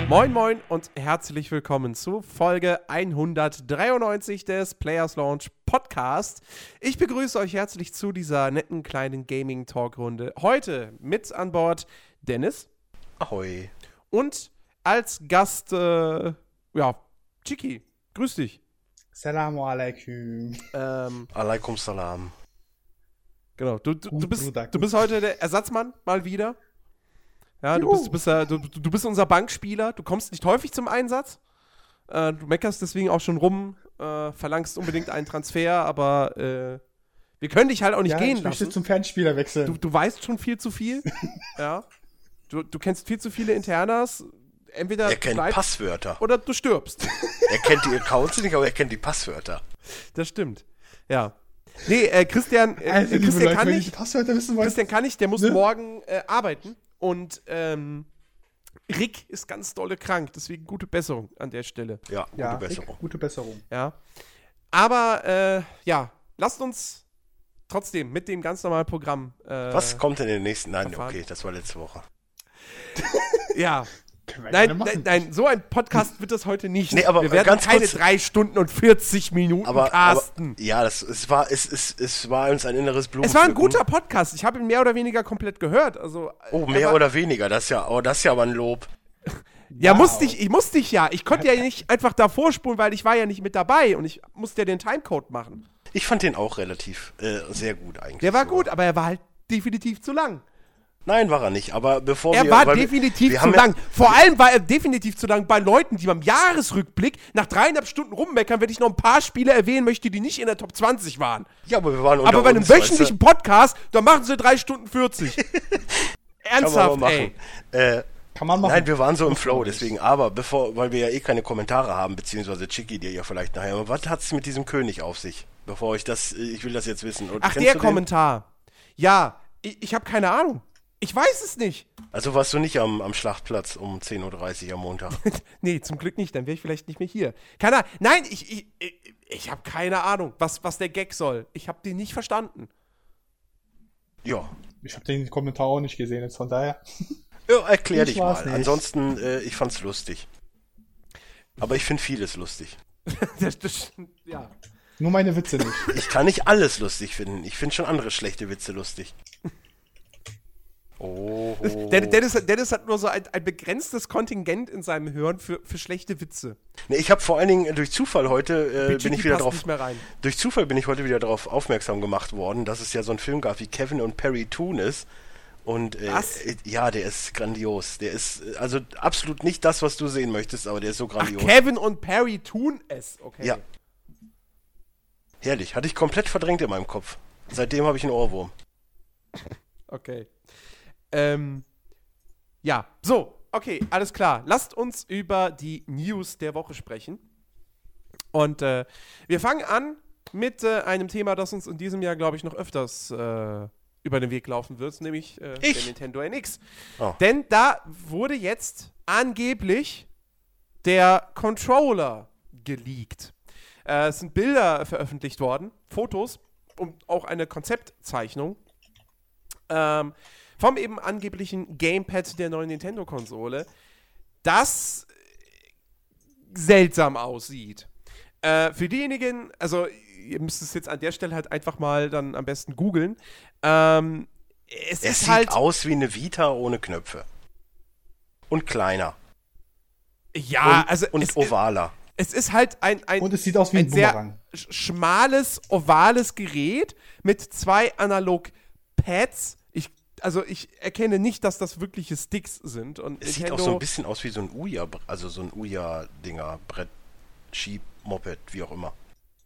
Moin Moin und herzlich willkommen zu Folge 193 des Players Launch Podcast. Ich begrüße euch herzlich zu dieser netten kleinen Gaming-Talk-Runde. Heute mit an Bord Dennis. Ahoi. Und als Gast, Chiki. Grüß dich. Salamu alaikum. Alaikum salam. Genau, du bist heute der Ersatzmann, mal wieder. Ja, du bist unser Bankspieler, du kommst nicht häufig zum Einsatz. Du meckerst deswegen auch schon rum, verlangst unbedingt einen Transfer, aber wir können dich halt auch nicht gehen ich lassen. möchte zum Fernspieler wechseln. Du weißt schon viel zu viel. Ja. Du kennst viel zu viele Internas. Entweder er kennt Passwörter. Oder du stirbst. Er kennt die Accounts nicht, aber er kennt die Passwörter. Das stimmt. Ja. Nee, Christian kann nicht. Passwörter wissen wollen. Christian kann nicht, der muss morgen arbeiten. Und Rick ist ganz dolle krank, deswegen gute Besserung an der Stelle. Ja, gute Besserung. Rick, gute Besserung. Ja. Aber, lasst uns trotzdem mit dem ganz normalen Programm Was kommt denn in den nächsten? Nein, verfahren. Okay, das war letzte Woche. Ja. Nein, so ein Podcast wird das heute nicht. Nee, aber wir werden ganz keine kurz, 3 Stunden und 40 Minuten casten. Aber, ja, es war uns ein inneres Blumenpflücken. Es war ein guter Podcast. Ich habe ihn mehr oder weniger komplett gehört. Also, mehr oder weniger. Das ist ja aber ein Lob. Ja, Wow. ich musste ja. Ich konnte ja nicht einfach davor spulen, weil ich war ja nicht mit dabei und ich musste ja den Timecode machen. Ich fand den auch relativ sehr gut eigentlich. Der war sogar. gut, aber er war halt definitiv zu lang. Nein, war er nicht. Aber bevor Er wir... war weil definitiv wir zu haben lang. Vor allem war er definitiv zu lang bei Leuten, die beim Jahresrückblick nach 3,5 Stunden rummeckern, wenn ich noch ein paar Spiele erwähnen möchte, die nicht in der Top 20 waren. Ja, aber wir waren unter Aber bei einem uns, weißt du? wöchentlichen Podcast, da machen sie 3 Stunden 40. Ernsthaft, ey. Kann man machen. Nein, wir waren so im Flow, deswegen, aber weil wir ja eh keine Kommentare haben, beziehungsweise Chiki dir ja vielleicht nachher, aber was hat's mit diesem König auf sich? Ich will das jetzt wissen. Und Ach, kennst der du den? Kommentar. Ja, ich habe keine Ahnung. Ich weiß es nicht. Also warst du nicht am Schlachtplatz um 10:30 Uhr am Montag? Nee, zum Glück nicht, dann wäre ich vielleicht nicht mehr hier. Keine Ahnung. Nein, ich habe keine Ahnung, was der Gag soll. Ich habe den nicht verstanden. Ja. Ich habe den Kommentar auch nicht gesehen, jetzt von daher. Ja, erklär Ich dich war's mal. nicht. Ansonsten, ich fand's lustig. Aber ich finde vieles lustig. Ja. Nur meine Witze nicht. Ich kann nicht alles lustig finden. Ich finde schon andere schlechte Witze lustig. Oh. Dennis hat nur so ein begrenztes Kontingent in seinem Hirn für schlechte Witze. Nee, ich habe vor allen Dingen durch Zufall heute bin ich wieder passt drauf. nicht mehr rein. Durch Zufall bin ich heute wieder darauf aufmerksam gemacht worden, dass es ja so einen Film gab wie Kevin und Perry Toon ist. Und Was? ja, der ist grandios. Der ist also absolut nicht das, was du sehen möchtest, aber der ist so Ach, grandios. Kevin und Perry tun es. Okay. Ja. Herrlich, hatte ich komplett verdrängt in meinem Kopf. Seitdem habe ich einen Ohrwurm. Okay. Ja, so, okay, alles klar. Lasst uns über die News der Woche sprechen. Und wir fangen an mit einem Thema, das uns in diesem Jahr, glaube ich, noch öfters über den Weg laufen wird, nämlich der Nintendo NX. Oh. Denn da wurde jetzt angeblich der Controller geleakt. Es sind Bilder veröffentlicht worden, Fotos und auch eine Konzeptzeichnung vom eben angeblichen Gamepad der neuen Nintendo-Konsole, das seltsam aussieht. Für diejenigen, also ihr müsst es jetzt an der Stelle halt einfach mal dann am besten googeln. Es sieht halt aus wie eine Vita ohne Knöpfe. Und kleiner. Ja, und, also und ovaler. Es ist halt ein Und es sieht aus wie ein sehr Bumerang. schmales, ovales Gerät mit 2 Analog-Pads. Ich erkenne nicht, dass das wirkliche Sticks sind. Und Es sieht auch so ein bisschen aus wie so ein Ouya, also so ein Ouya-Dinger, Brett, Schieb, Moped, wie auch immer.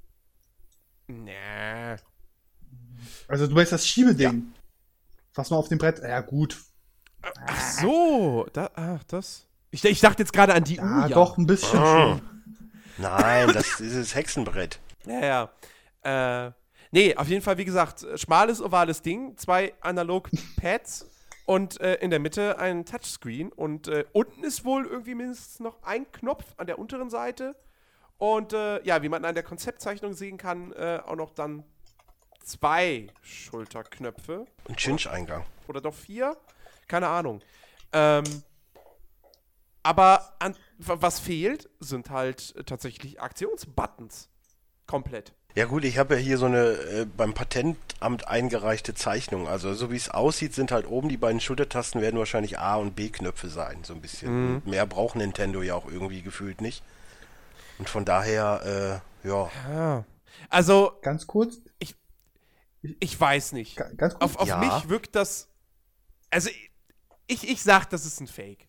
Nee. Also du weißt das Schiebeding. Was man auf dem Brett. Ja, gut. Ach so. Das. Ich dachte jetzt gerade an die Ja, Ouya. doch, ein bisschen schon. Nein, das ist dieses Hexenbrett. Ja. Nee, auf jeden Fall, wie gesagt, schmales, ovales Ding, 2 Analog-Pads und in der Mitte ein Touchscreen. Und unten ist wohl irgendwie mindestens noch ein Knopf an der unteren Seite. Und ja, wie man an der Konzeptzeichnung sehen kann, auch noch dann 2 Schulterknöpfe. Und Cinch-Eingang. Oder doch 4? Keine Ahnung. Aber was fehlt, sind halt tatsächlich Aktionsbuttons. Komplett. Ja gut, ich habe ja hier so eine beim Patentamt eingereichte Zeichnung. Also so wie es aussieht, sind halt oben die beiden Schultertasten werden wahrscheinlich A- und B-Knöpfe sein, so ein bisschen. Und mehr braucht Nintendo ja auch irgendwie gefühlt nicht. Und von daher, ja. Ja. Also, Ganz kurz. ich weiß nicht. Ganz kurz. Auf Ja. mich wirkt das. Also, ich sag, das ist ein Fake.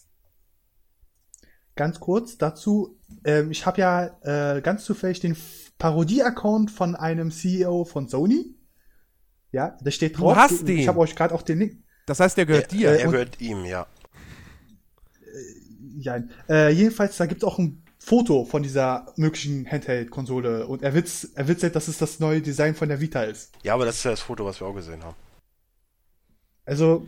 Ganz kurz dazu. Ich habe ja ganz zufällig den Parodie-Account von einem CEO von Sony. Ja, da steht drauf. Du hast den. Ich habe euch gerade auch den Link. Das heißt, der gehört dir. Er gehört ihm, ja. Ja, jedenfalls, da gibt es auch ein Foto von dieser möglichen Handheld-Konsole. Und er witzelt, dass es das neue Design von der Vita ist. Ja, aber das ist ja das Foto, was wir auch gesehen haben. Also,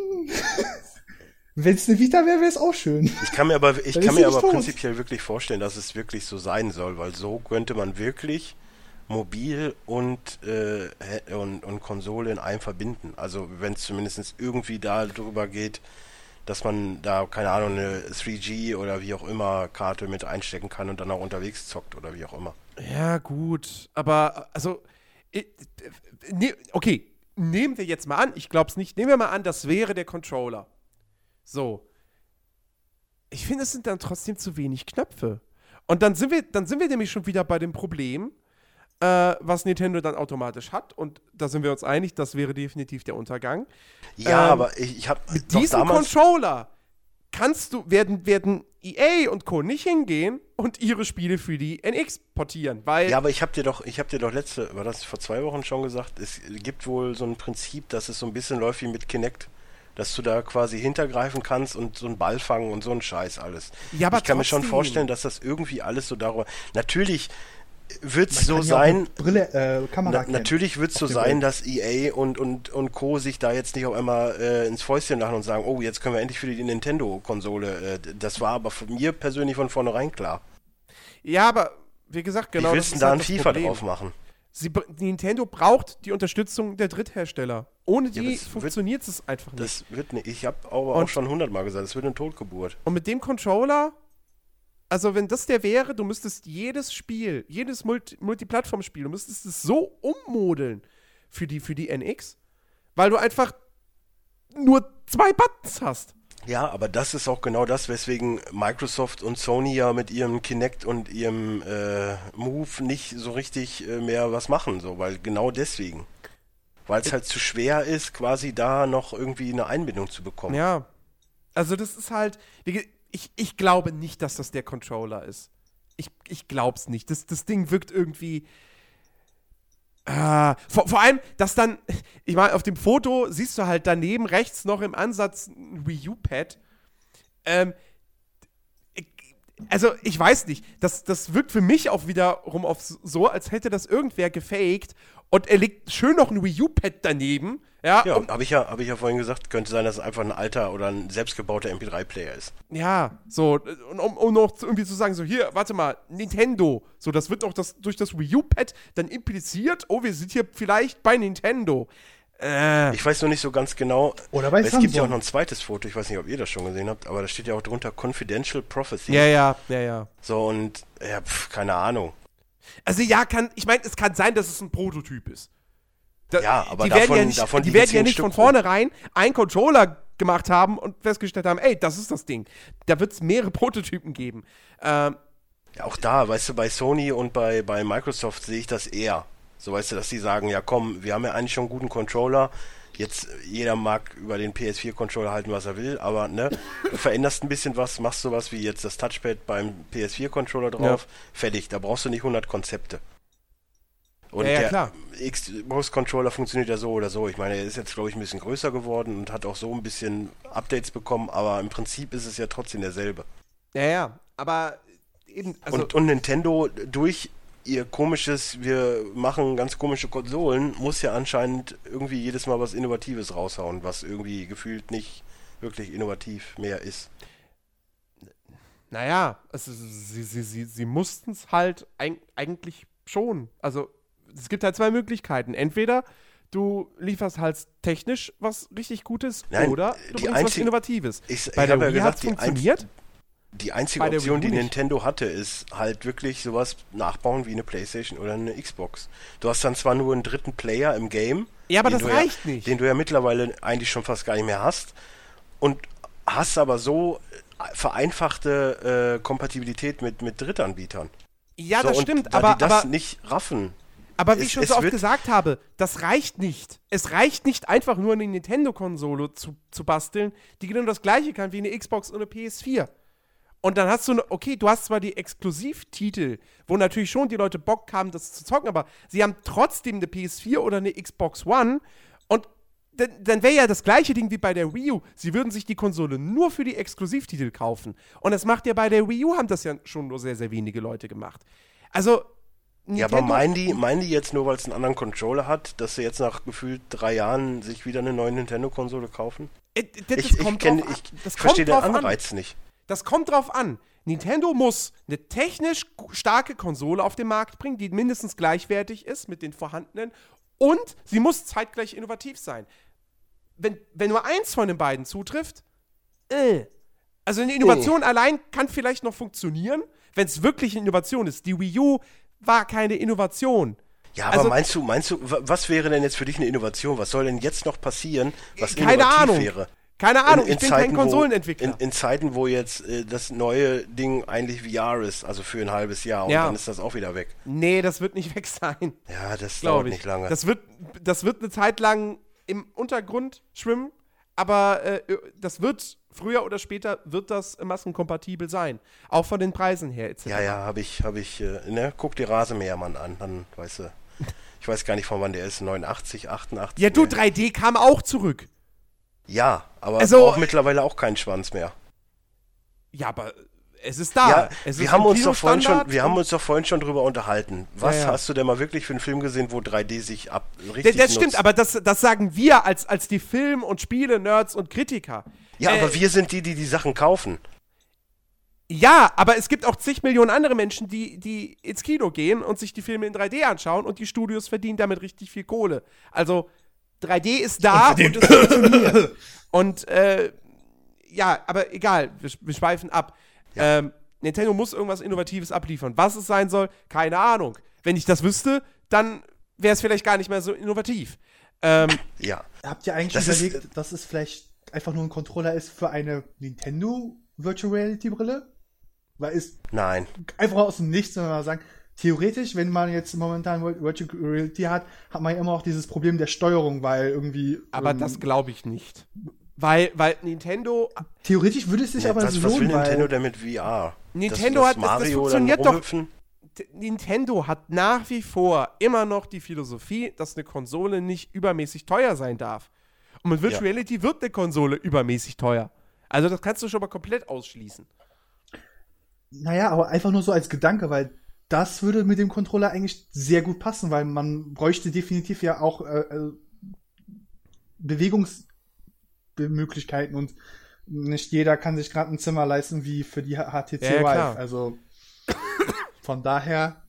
wenn es eine Vita wäre, wäre es auch schön. Ich kann mir aber Dann ist sie nicht tot. prinzipiell wirklich vorstellen, dass es wirklich so sein soll, weil so könnte man wirklich Mobil und Konsole in einem verbinden. Also wenn es zumindest irgendwie darüber geht, dass man da, keine Ahnung, eine 3G oder wie auch immer Karte mit einstecken kann und dann auch unterwegs zockt oder wie auch immer. Ja, gut. Aber, also, okay, nehmen wir jetzt mal an, ich glaub's nicht, nehmen wir mal an, das wäre der Controller. So. Ich finde, es sind dann trotzdem zu wenig Knöpfe. Und dann sind wir nämlich schon wieder bei dem Problem, was Nintendo dann automatisch hat. Und da sind wir uns einig, das wäre definitiv der Untergang. Ja, aber ich habe Mit doch diesem damals... Controller werden EA und Co. nicht hingehen und ihre Spiele für die NX portieren, weil... Ja, aber ich hab dir doch war das vor 2 Wochen schon gesagt, es gibt wohl so ein Prinzip, dass es so ein bisschen läuft wie mit Kinect, dass du da quasi hintergreifen kannst und so einen Ball fangen und so einen Scheiß alles. Ja, aber ich kann mir schon trotzdem. vorstellen, dass das irgendwie alles so darüber... Natürlich wird's Man so kann ja auch sein... mit Brille, Kamera erkennen. Natürlich wird es so Auf dem sein, Bild. dass EA und Co. sich da jetzt nicht auf einmal ins Fäustchen lachen und sagen, oh, jetzt können wir endlich für die Nintendo-Konsole. Das war aber für mir persönlich von vornherein klar. Ja, aber wie gesagt, genau Wie das willst du ist da halt ein das FIFA Problem. drauf machen? Nintendo braucht die Unterstützung der Dritthersteller. Ohne Ja, die das funktioniert es einfach nicht. Das wird nicht. Ich habe aber Und- auch schon 100-mal gesagt, das wird eine Totgeburt. Und mit dem Controller, also wenn das der wäre, du müsstest jedes Spiel, jedes Multiplattform-Spiel, du müsstest es so ummodeln für die NX, weil du einfach nur 2 Buttons hast. Ja, aber das ist auch genau das, weswegen Microsoft und Sony ja mit ihrem Kinect und ihrem Move nicht so richtig mehr was machen, so, weil genau deswegen. Weil es halt zu schwer ist, quasi da noch irgendwie eine Einbindung zu bekommen. Ja. Also das ist halt, ich glaube nicht, dass das der Controller ist. Ich glaub's nicht. Das Ding wirkt irgendwie. Vor allem, dass dann, ich meine, auf dem Foto siehst du halt daneben rechts noch im Ansatz ein Wii U-Pad. Also, ich weiß nicht. Das wirkt für mich auch wiederum so, als hätte das irgendwer gefaked und er legt schön noch ein Wii U-Pad daneben. Ja, Ja, habe ich ja vorhin gesagt, könnte sein, dass es einfach ein alter oder ein selbstgebauter MP3-Player ist. Ja, so, um noch irgendwie zu sagen, so hier, warte mal, Nintendo, so, das wird noch durch das Wii U-Pad dann impliziert, oh, wir sind hier vielleicht bei Nintendo. Ich weiß noch nicht so ganz genau, Oder bei weil es gibt ja Samsung. auch noch ein zweites Foto, ich weiß nicht, ob ihr das schon gesehen habt, aber da steht ja auch drunter Confidential Prophecy. Ja. So und, ja, keine Ahnung. Also ja, ich meine, es kann sein, dass es ein Prototyp ist. Ja, aber die davon werden ja liegen nicht 10 von Stück rum. vornherein einen Controller gemacht haben und festgestellt haben, ey, das ist das Ding. Da wird es mehrere Prototypen geben. Ja, auch da, weißt du, bei Sony und bei Microsoft sehe ich das eher. So, weißt du, dass die sagen, ja komm, wir haben ja eigentlich schon einen guten Controller, jetzt, jeder mag über den PS4-Controller halten, was er will, aber, ne, du veränderst ein bisschen was, machst sowas wie jetzt das Touchpad beim PS4-Controller drauf, fertig, da brauchst du nicht 100 Konzepte. Und Ja, der klar. Xbox-Controller funktioniert ja so oder so. Ich meine, er ist jetzt, glaube ich, ein bisschen größer geworden und hat auch so ein bisschen Updates bekommen, aber im Prinzip ist es ja trotzdem derselbe. Ja, aber eben, also Und Nintendo durch ihr komisches, wir machen ganz komische Konsolen, muss ja anscheinend irgendwie jedes Mal was Innovatives raushauen, was irgendwie gefühlt nicht wirklich innovativ mehr ist. naja, also sie mussten es halt eigentlich schon. Also es gibt halt 2 Möglichkeiten. Entweder du lieferst halt technisch was richtig Gutes Nein, oder du die bringst was einzige- Innovatives. Ich Bei der habe ja Wii hat es gesagt, funktioniert. Die einzige Bei der Option, Wii U die nicht. Nintendo hatte, ist halt wirklich sowas nachbauen wie eine PlayStation oder eine Xbox. Du hast dann zwar nur einen dritten Player im Game, Ja, aber den das du reicht nicht. den du ja mittlerweile eigentlich schon fast gar nicht mehr hast, und hast aber so vereinfachte Kompatibilität mit Drittanbietern. Ja, so, das und stimmt, da aber, die das aber, nicht raffen. aber wie ich es- schon es so oft wird- gesagt habe, das reicht nicht. Es reicht nicht, einfach nur eine Nintendo-Konsole zu basteln, die genau das gleiche kann wie eine Xbox und eine PS4. Und dann hast du, okay, du hast zwar die Exklusivtitel, wo natürlich schon die Leute Bock haben, das zu zocken, aber sie haben trotzdem eine PS4 oder eine Xbox One und dann wäre ja das gleiche Ding wie bei der Wii U. Sie würden sich die Konsole nur für die Exklusivtitel kaufen. Und das macht ja bei der Wii U, haben das ja schon nur sehr, sehr wenige Leute gemacht. Also, Ja, aber Nintendo- meinen die jetzt nur, weil es einen anderen Controller hat, dass sie jetzt nach gefühlt 3 Jahren sich wieder eine neue Nintendo-Konsole kaufen? Das Ich kommt drauf an. Das verstehe kommt den drauf an. Anreiz nicht. Das kommt drauf an. Nintendo muss eine technisch starke Konsole auf den Markt bringen, die mindestens gleichwertig ist mit den vorhandenen. Und sie muss zeitgleich innovativ sein. Wenn nur eins von den beiden zutrifft, Also eine Innovation allein kann vielleicht noch funktionieren, wenn es wirklich eine Innovation ist. Die Wii U war keine Innovation. Ja, aber Also- meinst du, was wäre denn jetzt für dich eine Innovation? Was soll denn jetzt noch passieren, was Keine innovativ Ahnung. wäre? Keine Ahnung, In ich bin kein Zeiten, Konsolenentwickler. In Zeiten, wo jetzt das neue Ding eigentlich VR ist, also für ein halbes Jahr, und Ja. dann ist das auch wieder weg. Nee, das wird nicht weg sein. Ja, das dauert Glaube ich. nicht lange. Das wird eine Zeit lang im Untergrund schwimmen, aber das wird früher oder später wird das massenkompatibel sein. Auch von den Preisen her etc. Ja, habe ich, ne, guck dir Rasenmähermann an, dann weißt du. Ich weiß gar nicht, von wann der ist, 89, 88. Ja, du, ne? 3D kam auch zurück. Ja, aber Also- braucht mittlerweile auch keinen Schwanz mehr. Ja, aber es ist da. Ja, Es wir ist haben im uns doch vorhin Kinostandard wir haben uns doch vorhin schon drüber unterhalten. Was Ja. hast du denn mal wirklich für einen Film gesehen, wo 3D sich richtig Das stimmt, nutzt? aber das sagen wir als die Film- und Spiele-Nerds und Kritiker. Ja, aber wir sind die Sachen kaufen. Ja, aber es gibt auch zig Millionen andere Menschen, die ins Kino gehen und sich die Filme in 3D anschauen und die Studios verdienen damit richtig viel Kohle. Also 3D ist da und es funktioniert. Und ja, aber egal, wir schweifen ab. Ja. Nintendo muss irgendwas Innovatives abliefern. Was es sein soll, keine Ahnung. Wenn ich das wüsste, dann wäre es vielleicht gar nicht mehr so innovativ. Ja. Habt ihr eigentlich Das ist- überlegt, dass es vielleicht einfach nur ein Controller ist für eine Nintendo Virtual Reality Brille? Weil es Nein. einfach aus dem Nichts, wenn wir mal sagen, theoretisch, wenn man jetzt momentan Virtual Reality hat man ja immer auch dieses Problem der Steuerung, weil irgendwie. Aber das glaube ich nicht. Weil Nintendo Theoretisch würde es sich Ja, aber was so will lohnen, Nintendo weil denn mit VR? Nintendo Dass hat- das Mario funktioniert dann doch. rumhüpfen? Nintendo hat nach wie vor immer noch die Philosophie, dass eine Konsole nicht übermäßig teuer sein darf. Und mit Virtual Ja. Reality wird eine Konsole übermäßig teuer. Also das kannst du schon mal komplett ausschließen. Naja, aber einfach nur so als Gedanke, weil das würde mit dem Controller eigentlich sehr gut passen, weil man bräuchte definitiv ja auch Bewegungsmöglichkeiten und nicht jeder kann sich gerade ein Zimmer leisten wie für die HTC Ja, ja, Vive. klar. Also von daher,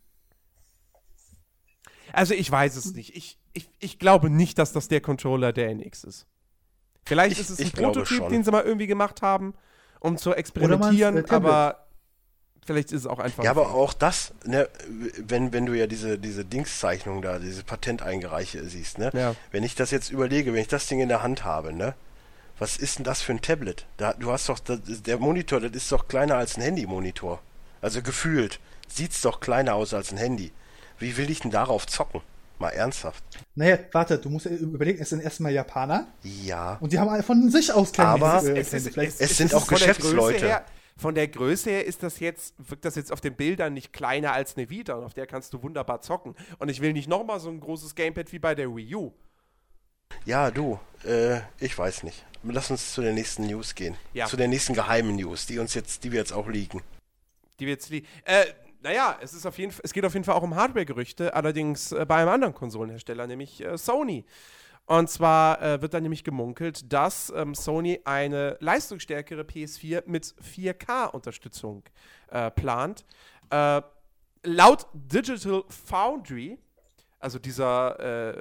Also ich weiß es nicht. Ich glaube nicht, dass das der Controller der NX ist. Vielleicht ist es ein ich glaube Prototyp, schon. den sie mal irgendwie gemacht haben, um zu experimentieren, Tablet. aber vielleicht ist es auch einfach Ja, ein aber Fake. auch das, ne, wenn du ja diese Dingszeichnung da, diese Patenteingereiche siehst, ne? Ja. Wenn ich das jetzt überlege, wenn ich das Ding in der Hand habe, ne? Was ist denn das für ein Tablet? Du hast doch, der Monitor, das ist doch kleiner als ein Handymonitor. Also gefühlt. Sieht's doch kleiner aus als ein Handy. Wie will ich denn darauf zocken? Mal ernsthaft. naja, warte, du musst ja überlegen, es sind erstmal Japaner Ja. und die haben von sich aus keine Aber Hände. es sind auch von der Geschäftsleute. Größe her, von der Größe her wirkt das jetzt auf den Bildern nicht kleiner als eine Vita und auf der kannst du wunderbar zocken. Und ich will nicht nochmal so ein großes Gamepad wie bei der Wii U. Ja, du, ich weiß nicht. Lass uns zu der nächsten News gehen. Ja. Zu der nächsten geheimen News, die wir jetzt auch liegen. Die wird naja, es geht auf jeden Fall auch um Hardware-Gerüchte, allerdings bei einem anderen Konsolenhersteller, nämlich Sony. Und zwar wird da nämlich gemunkelt, dass Sony eine leistungsstärkere PS4 mit 4K-Unterstützung plant. Laut Digital Foundry, also dieser,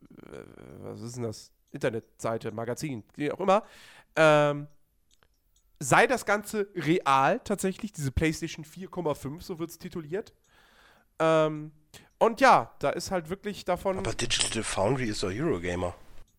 was ist denn das? Internetseite, Magazin, wie auch immer, sei das Ganze real tatsächlich, diese PlayStation 4,5, so wird es tituliert. Und ja, da ist halt wirklich davon... Aber Digital Foundry ist doch Eurogamer.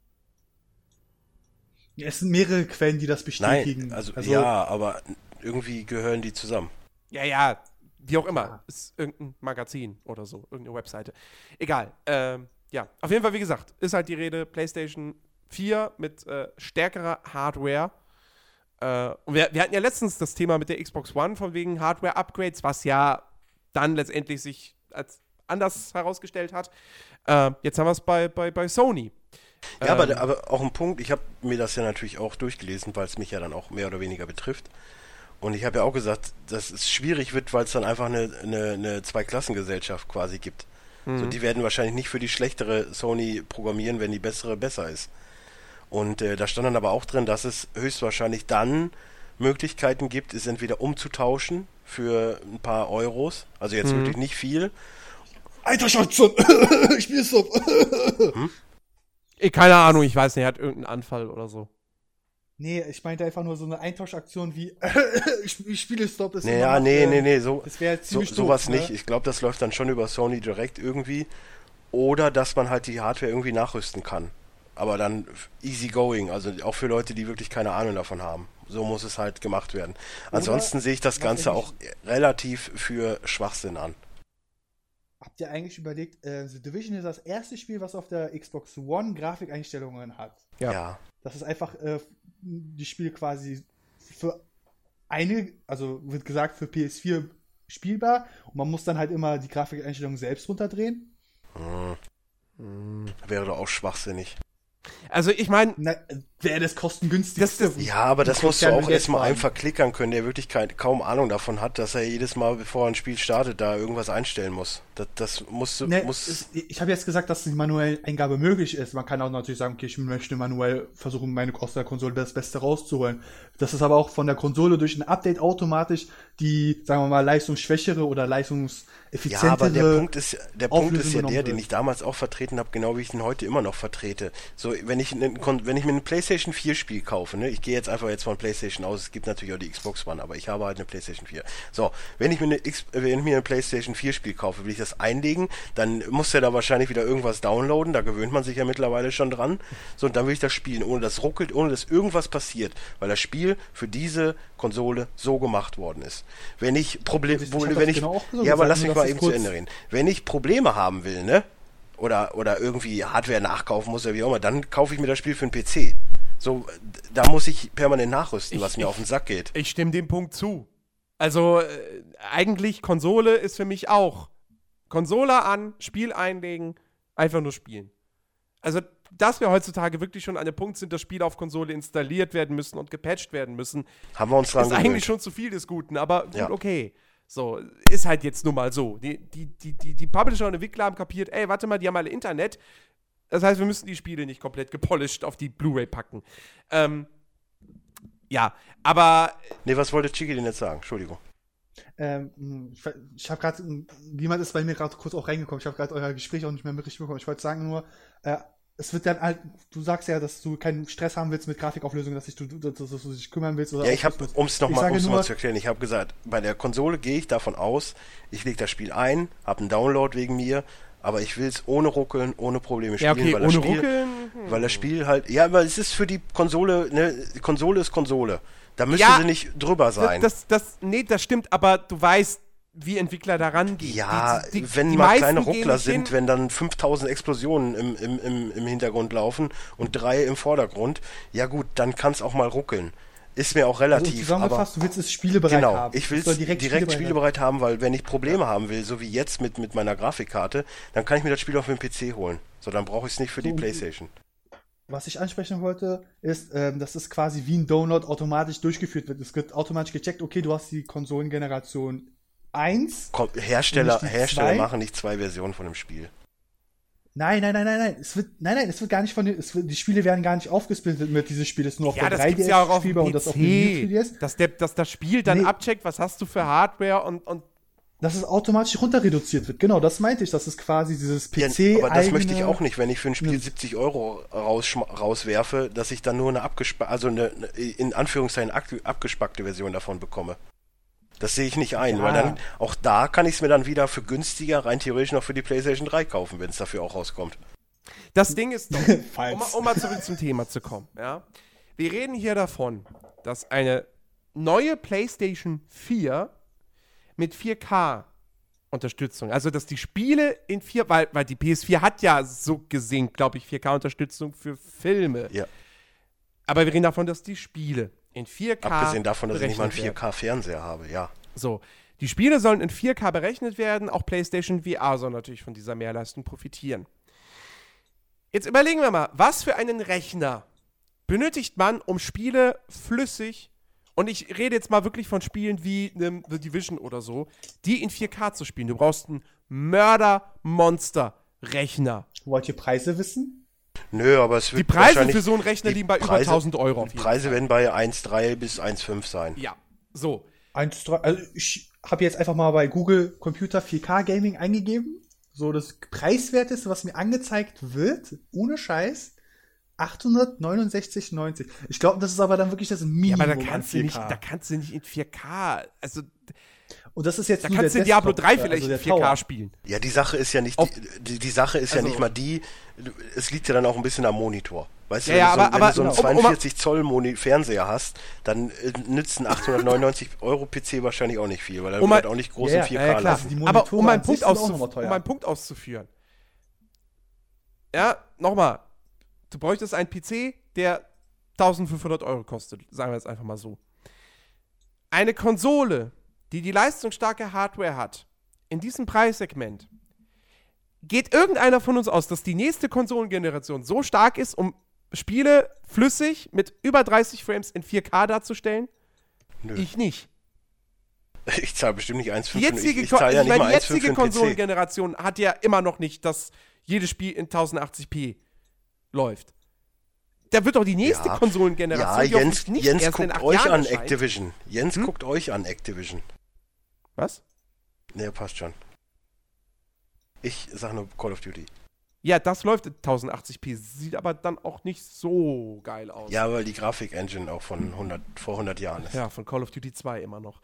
Ja, es sind mehrere Quellen, die das bestätigen. Nein, also ja, aber irgendwie gehören die zusammen. Ja, wie auch immer. Ist irgendein Magazin oder so, irgendeine Webseite. Egal. Ja, auf jeden Fall, wie gesagt, ist halt die Rede PlayStation 4 mit stärkerer Hardware. Und wir hatten ja letztens das Thema mit der Xbox One von wegen Hardware-Upgrades, was ja dann letztendlich sich als anders herausgestellt hat. Jetzt haben wir es bei Sony. Ja, aber auch ein Punkt, ich habe mir das ja natürlich auch durchgelesen, weil es mich ja dann auch mehr oder weniger betrifft. Und ich habe ja auch gesagt, dass es schwierig wird, weil es dann einfach eine Zweiklassengesellschaft quasi gibt. So, die werden wahrscheinlich nicht für die schlechtere Sony programmieren, wenn die bessere besser ist. Und da stand dann aber auch drin, dass es höchstwahrscheinlich dann Möglichkeiten gibt, es entweder umzutauschen für ein paar Euros, also jetzt wirklich nicht viel. Alter Schatz, ich bin so. Keine Ahnung, ich weiß nicht, er hat irgendeinen Anfall oder so. Nee, ich meinte einfach nur so eine Eintauschaktion wie ich spiele Stop. Ist Nee, so, das wäre ziemlich sowas doof, nicht. Ne? Ich glaube, das läuft dann schon über Sony direkt irgendwie. Oder dass man halt die Hardware irgendwie nachrüsten kann. Aber dann easy going, also auch für Leute, die wirklich keine Ahnung davon haben. So muss es halt gemacht werden. Ansonsten sehe ich das Ganze auch relativ für Schwachsinn an. Habt ihr eigentlich überlegt, The Division ist das erste Spiel, was auf der Xbox One Grafikeinstellungen hat. Ja. Das ist einfach die Spiel quasi wird gesagt, für PS4 spielbar und man muss dann halt immer die Grafikeinstellungen selbst runterdrehen. Wäre doch auch schwachsinnig. Also ich meine... Wäre das kostengünstigste. Ja, aber das musst du auch erstmal einem verklickern können, der wirklich kaum Ahnung davon hat, dass er jedes Mal, bevor er ein Spiel startet, da irgendwas einstellen muss. Das musst du... Ich habe jetzt gesagt, dass die manuelle Eingabe möglich ist. Man kann auch natürlich sagen, okay, ich möchte manuell versuchen, aus der Konsole das Beste rauszuholen. Das ist aber auch von der Konsole durch ein Update automatisch die, sagen wir mal, leistungsschwächere oder leistungseffizientere... Ja, aber der Punkt ist ja der, den ich damals auch vertreten habe, genau wie ich ihn heute immer noch vertrete. So, wenn ich mir eine PlayStation 4 Spiel kaufe, ne, ich gehe jetzt einfach von PlayStation aus, es gibt natürlich auch die Xbox One, aber ich habe halt eine PlayStation 4. So, wenn ich mir eine PlayStation 4 Spiel kaufe, will ich das einlegen, dann muss der da wahrscheinlich wieder irgendwas downloaden, da gewöhnt man sich ja mittlerweile schon dran. So, und dann will ich das spielen, ohne dass ruckelt, ohne dass irgendwas passiert, weil das Spiel für diese Konsole so gemacht worden ist. Wenn ich Probleme, aber lass mich mal eben zu Ende reden. Wenn ich Probleme haben will, ne, oder irgendwie Hardware nachkaufen muss oder wie auch immer, dann kaufe ich mir das Spiel für einen PC. So, da muss ich permanent nachrüsten, was mir auf den Sack geht. Ich stimme dem Punkt zu. Also, eigentlich Konsole ist für mich auch Konsole an, Spiel einlegen, einfach nur spielen. Also, dass wir heutzutage wirklich schon an dem Punkt sind, dass Spiele auf Konsole installiert werden müssen und gepatcht werden müssen, haben wir uns dran gewöhnt. Ist eigentlich schon zu viel des Guten, aber gut, ja. Okay. So, ist halt jetzt nun mal so. Die Publisher und Entwickler haben kapiert, ey, warte mal, die haben alle Internet. Das heißt, wir müssen die Spiele nicht komplett gepolished auf die Blu-ray packen. Ja, aber... Nee, was wollte Chiki denn jetzt sagen? Entschuldigung. Ich habe gerade, jemand ist bei mir gerade kurz auch reingekommen, ich habe gerade euer Gespräch auch nicht mehr richtig bekommen. Ich wollte sagen nur, es wird dann halt, du sagst ja, dass du keinen Stress haben willst mit Grafikauflösung, dass du dich kümmern willst. Oder ja, ich habe, um es nochmal zu erklären, ich habe gesagt, bei der Konsole gehe ich davon aus, ich lege das Spiel ein, habe einen Download wegen mir, aber ich will es ohne Ruckeln, ohne Probleme spielen, ja, okay, weil das Spiel halt, ja, aber es ist für die Konsole, ne, die Konsole ist Konsole. Da müsste sie nicht drüber sein. Das stimmt, aber du weißt, wie Entwickler da rangehen. Ja, wenn mal kleine Ruckler sind, wenn dann 5000 Explosionen im Hintergrund laufen und 3 im Vordergrund, ja gut, dann kann es auch mal ruckeln. Ist mir auch relativ. Also aber du willst es spielebereit haben. Ich will es direkt spielebereit haben, weil wenn ich Probleme haben will, so wie jetzt mit meiner Grafikkarte, dann kann ich mir das Spiel auf dem PC holen. So, dann brauche ich es nicht für die PlayStation. Was ich ansprechen wollte, ist, dass es quasi wie ein Download automatisch durchgeführt wird. Es wird automatisch gecheckt, okay, du hast die Konsolengeneration 1. Hersteller machen nicht 2 Versionen von dem Spiel. Nein. Es wird gar nicht die Spiele werden gar nicht aufgesplittet mit dieses Spiel ist nur auf der 3DS ja auch spielbar und das auf dem Dass das Spiel dann abcheckt, was hast du für Hardware und dass es automatisch runter reduziert wird. Genau, das meinte ich. Das ist quasi dieses PC. Ja, aber das möchte ich auch nicht, wenn ich für ein Spiel 70 Euro rauswerfe, dass ich dann nur eine in Anführungszeichen abgespackte Version davon bekomme. Das sehe ich nicht ein, weil dann auch da kann ich es mir dann wieder für günstiger rein theoretisch noch für die PlayStation 3 kaufen, wenn es dafür auch rauskommt. Das Ding ist doch, um mal zurück zum Thema zu kommen, ja. Wir reden hier davon, dass eine neue PlayStation 4 mit 4K-Unterstützung, also dass die Spiele in 4, weil die PS4 hat ja so gesehen, glaube ich, 4K-Unterstützung für Filme. Ja. Aber wir reden davon, dass die Spiele in 4K abgesehen davon, dass ich nicht mal einen berechnet 4K-Fernseher habe, ja. So, die Spiele sollen in 4K berechnet werden, auch PlayStation VR soll natürlich von dieser Mehrleistung profitieren. Jetzt überlegen wir mal, was für einen Rechner benötigt man, um Spiele flüssig, und ich rede jetzt mal wirklich von Spielen wie The Division oder so, die in 4K zu spielen. Du brauchst einen Mörder-Monster-Rechner. Wollt ihr Preise wissen? Nö, aber es wird Die Preise wahrscheinlich- für so einen Rechner liegen bei über 1000 Euro. Die Preise werden bei 1,3 bis 1,5 sein. Ja, so. 1,3. Also ich habe jetzt einfach mal bei Google Computer 4K Gaming eingegeben. So das preiswerteste, was mir angezeigt wird, ohne Scheiß, 869,90. Ich glaube, das ist aber dann wirklich das Minimum. Ja, aber an da kannst du 4K. nicht in 4K, also Und das ist jetzt da nur kannst du der Diablo Desktop, 3 vielleicht also in der 4K Tower. spielen. Ja, die Sache ist ja nicht, die Sache ist ja also- nicht mal die, es liegt ja dann auch ein bisschen am Monitor. Weißt du, Ja, wenn aber du so einen genau. 42 Zoll Fernseher hast, dann nützt ein 899 Euro PC wahrscheinlich auch nicht viel, weil er Um wird mal- auch nicht groß in 4K klar. lassen. Also die Aber Monitore um meinen an sich Punkt, sind auch nochmal teuer. um meinen Punkt auszuführen. Ja, nochmal. Du bräuchtest einen PC, der 1500 Euro kostet, sagen wir jetzt einfach mal so. Eine Konsole, die leistungsstarke Hardware hat, in diesem Preissegment, geht irgendeiner von uns aus, dass die nächste Konsolengeneration so stark ist, um Spiele flüssig mit über 30 Frames in 4K darzustellen? Nö. Ich nicht. Ich zahle bestimmt nicht 1,5. Die jetzige, ich zahle ja nicht mal 1,5 jetzige für einen PC. Konsolengeneration hat ja immer noch nicht, dass jedes Spiel in 1080p läuft. Da wird doch die nächste Ja. Konsolengeneration, Ja, die hoffentlich nicht Jens erst in guckt 8 euch Jahren an erscheint. Activision. Jens guckt euch an Activision. Was? Ne, passt schon. Ich sag nur Call of Duty. Ja, das läuft in 1080p, sieht aber dann auch nicht so geil aus. Ja, weil die Grafik-Engine auch von vor 100 Jahren ist. Ja, von Call of Duty 2 immer noch.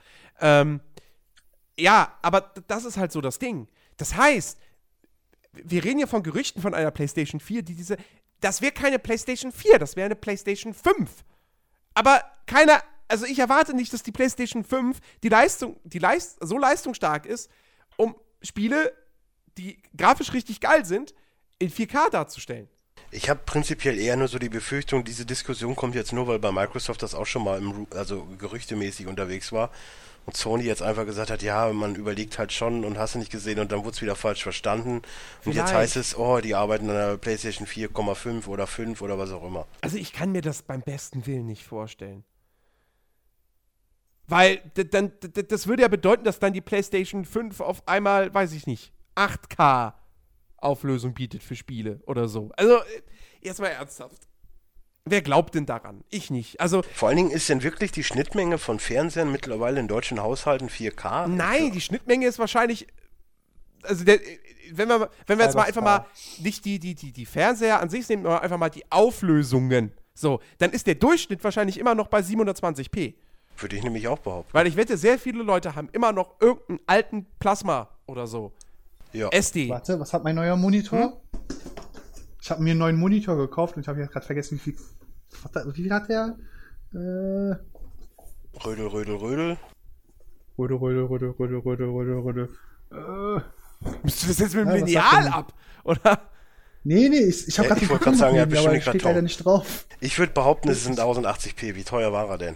Ja, aber das ist halt so das Ding. Das heißt, wir reden hier von Gerüchten von einer PlayStation 4, das wäre keine PlayStation 4, das wäre eine PlayStation 5. Aber also ich erwarte nicht, dass die PlayStation 5 so leistungsstark ist, um Spiele, die grafisch richtig geil sind, in 4K darzustellen. Ich habe prinzipiell eher nur so die Befürchtung, diese Diskussion kommt jetzt nur, weil bei Microsoft das auch schon mal also gerüchtemäßig unterwegs war und Sony jetzt einfach gesagt hat, ja, man überlegt halt schon und hast du nicht gesehen und dann wurde es wieder falsch verstanden. Und Vielleicht. jetzt heißt es, oh, die arbeiten an einer PlayStation 4,5 oder 5 oder was auch immer. Also ich kann mir das beim besten Willen nicht vorstellen. Weil das würde ja bedeuten, dass dann die PlayStation 5 auf einmal, weiß ich nicht, 8K Auflösung bietet für Spiele oder so. Also, jetzt mal ernsthaft. Wer glaubt denn daran? Ich nicht. Also, Vor allen Dingen ist denn wirklich die Schnittmenge von Fernsehern mittlerweile in deutschen Haushalten 4K? nein, die Schnittmenge ist wahrscheinlich. Also, wenn wir jetzt mal einfach mal nicht die Fernseher an sich nehmen, sondern einfach mal die Auflösungen. So, dann ist der Durchschnitt wahrscheinlich immer noch bei 720p. Würde ich nämlich auch behaupten. Weil ich wette, sehr viele Leute haben immer noch irgendeinen alten Plasma oder so. Ja. SD. Warte, was hat mein neuer Monitor? Ich habe mir einen neuen Monitor gekauft und ich habe jetzt gerade vergessen, wie viel hat der? Rödel, Rödel, Rödel. Rödel. Bist du das jetzt mit dem Ja, was Lineal sagt denn- ab? Oder? Nee, ich habe Ja, gerade ich wollte gerade sagen, er hat bestimmt aber den steht Karton. leider nicht drauf. Ich würde behaupten, es sind 1080p. Wie teuer war er denn?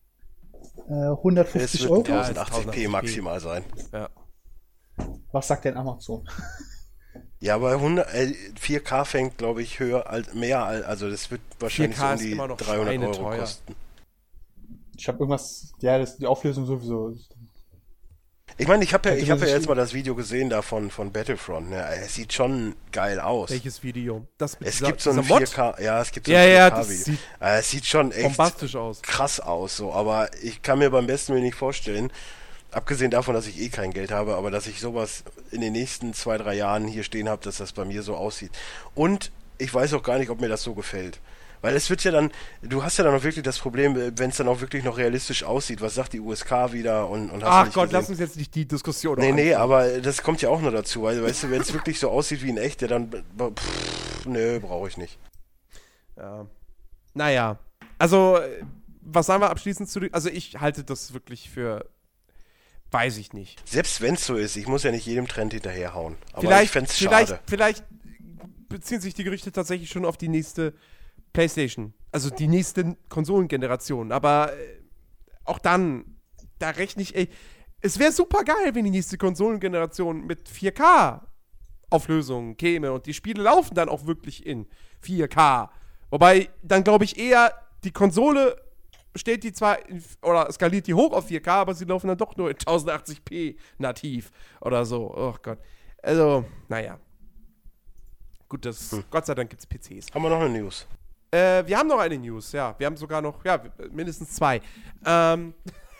150 Es wird Euro. Ja, 1080p maximal sein. Ja. Was sagt denn Amazon? Ja, aber 4K fängt, glaube ich, also das wird wahrscheinlich 4K so um ist die immer noch 300 Euro schweineteuer. kosten. Ich habe irgendwas, ja, die Auflösung sowieso. Ich meine, ich habe ja Also, jetzt mal das Video gesehen da von Battlefront. Ne? Es sieht schon geil aus. Welches Video? Das mit Es dieser, gibt so ein dieser Mod? 4K, ja, es gibt so Ja, ein ja, 4K-Video. das sieht Es sieht schon echt bombastisch aus. krass aus, so, aber ich kann mir beim besten Willen nicht vorstellen. Abgesehen davon, dass ich eh kein Geld habe, aber dass ich sowas in den nächsten 2-3 Jahren hier stehen habe, dass das bei mir so aussieht. Und ich weiß auch gar nicht, ob mir das so gefällt. Weil es wird ja dann, du hast ja dann auch wirklich das Problem, wenn es dann auch wirklich noch realistisch aussieht, was sagt die USK wieder und hast Ach nicht Gott, gesehen. lass uns jetzt nicht die Diskussion Nee, aber das kommt ja auch noch dazu. Weil, weißt du, wenn es wirklich so aussieht wie in echt, ja dann, nö, brauche ich nicht. Ja. Naja, also, was sagen wir abschließend zu, also ich halte das wirklich für, weiß ich nicht. Selbst wenn es so ist, ich muss ja nicht jedem Trend hinterherhauen. Aber ich fände es schade. Vielleicht beziehen sich die Gerüchte tatsächlich schon auf die nächste PlayStation, also die nächste Konsolengeneration, aber auch dann, da rechne ich, es wäre super geil, wenn die nächste Konsolengeneration mit 4K-Auflösungen käme und die Spiele laufen dann auch wirklich in 4K. Wobei, dann glaube ich eher, die Konsole stellt die zwar, oder skaliert die hoch auf 4K, aber sie laufen dann doch nur in 1080p nativ oder so. Oh Gott. Also, naja. Gut, Gott sei Dank gibt es PCs. Haben wir noch eine News? Wir haben noch eine News, ja. Wir haben sogar noch, ja, mindestens 2. Eine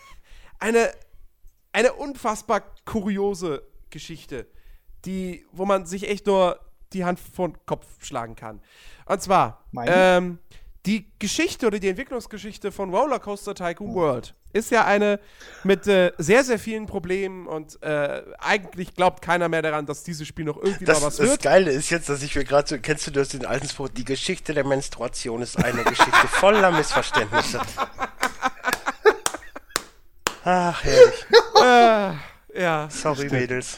unfassbar kuriose Geschichte, wo man sich echt nur die Hand vor den Kopf schlagen kann. Und zwar, die Geschichte oder die Entwicklungsgeschichte von Rollercoaster Tycoon World ist ja eine mit sehr, sehr vielen Problemen und eigentlich glaubt keiner mehr daran, dass dieses Spiel noch irgendwie mal was wird. Das Geile ist jetzt, dass ich mir gerade so, kennst du das, den alten Spruch, die Geschichte der Menstruation ist eine Geschichte voller Missverständnisse. Ach, herrlich. Ja. Sorry, Mädels.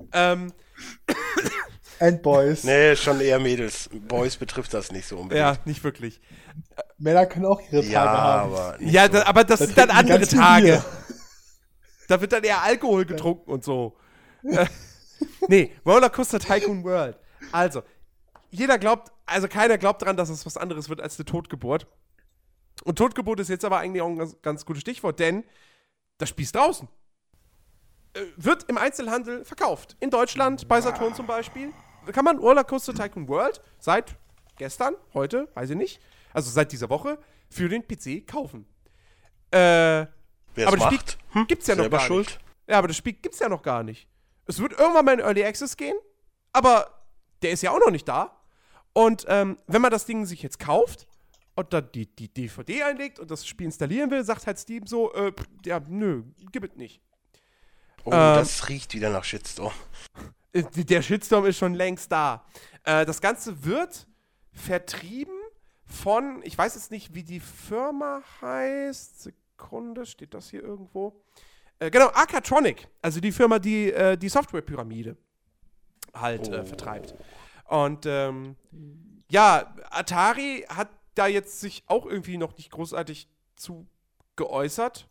And Boys. Nee, schon eher Mädels. Boys betrifft das nicht so unbedingt. Ja, nicht wirklich. Männer können auch ihre Tage haben. Aber ja, so. aber das sind dann trinken die andere ganz viel Tage. Bier. Da wird dann eher Alkohol getrunken und so. Nee, Rollercoaster Tycoon World. Also, keiner glaubt daran, dass es was anderes wird als eine Totgeburt. Und Totgeburt ist jetzt aber eigentlich auch ein ganz, ganz gutes Stichwort, denn das Spiel ist draußen. Wird im Einzelhandel verkauft. In Deutschland, bei Saturn zum Beispiel. Kann man Rollercoaster Tycoon World seit gestern, heute, weiß ich nicht, also seit dieser Woche, für den PC kaufen. Wer aber es das macht, Spiel gibt's ja noch selber gar schuld. nicht. Ja, aber das Spiel gibt's ja noch gar nicht. Es wird irgendwann mal in Early Access gehen, aber der ist ja auch noch nicht da. Und wenn man das Ding sich jetzt kauft und dann die DVD einlegt und das Spiel installieren will, sagt halt Steam so, ja, nö, gib es nicht. Oh, das riecht wieder nach Shitstorm. Der Shitstorm ist schon längst da. Das Ganze wird vertrieben von, ich weiß jetzt nicht, wie die Firma heißt. Sekunde, steht das hier irgendwo? Genau, Arcatronic. Also die Firma, die die Softwarepyramide halt vertreibt. Und ja, Atari hat da jetzt sich auch irgendwie noch nicht großartig zu geäußert.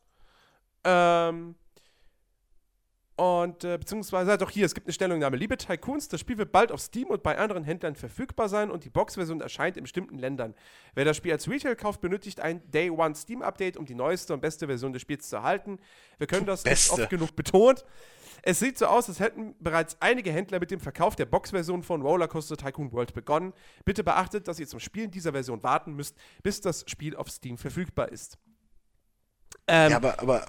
Und beziehungsweise doch hier, es gibt eine Stellungnahme. Liebe Tycoons, das Spiel wird bald auf Steam und bei anderen Händlern verfügbar sein und die Box-Version erscheint in bestimmten Ländern. Wer das Spiel als Retail kauft, benötigt ein Day-One Steam-Update, um die neueste und beste Version des Spiels zu erhalten. Wir können das nicht oft genug betont. Es sieht so aus, als hätten bereits einige Händler mit dem Verkauf der Box-Version von Rollercoaster Tycoon World begonnen. Bitte beachtet, dass ihr zum Spielen dieser Version warten müsst, bis das Spiel auf Steam verfügbar ist. Ja, aber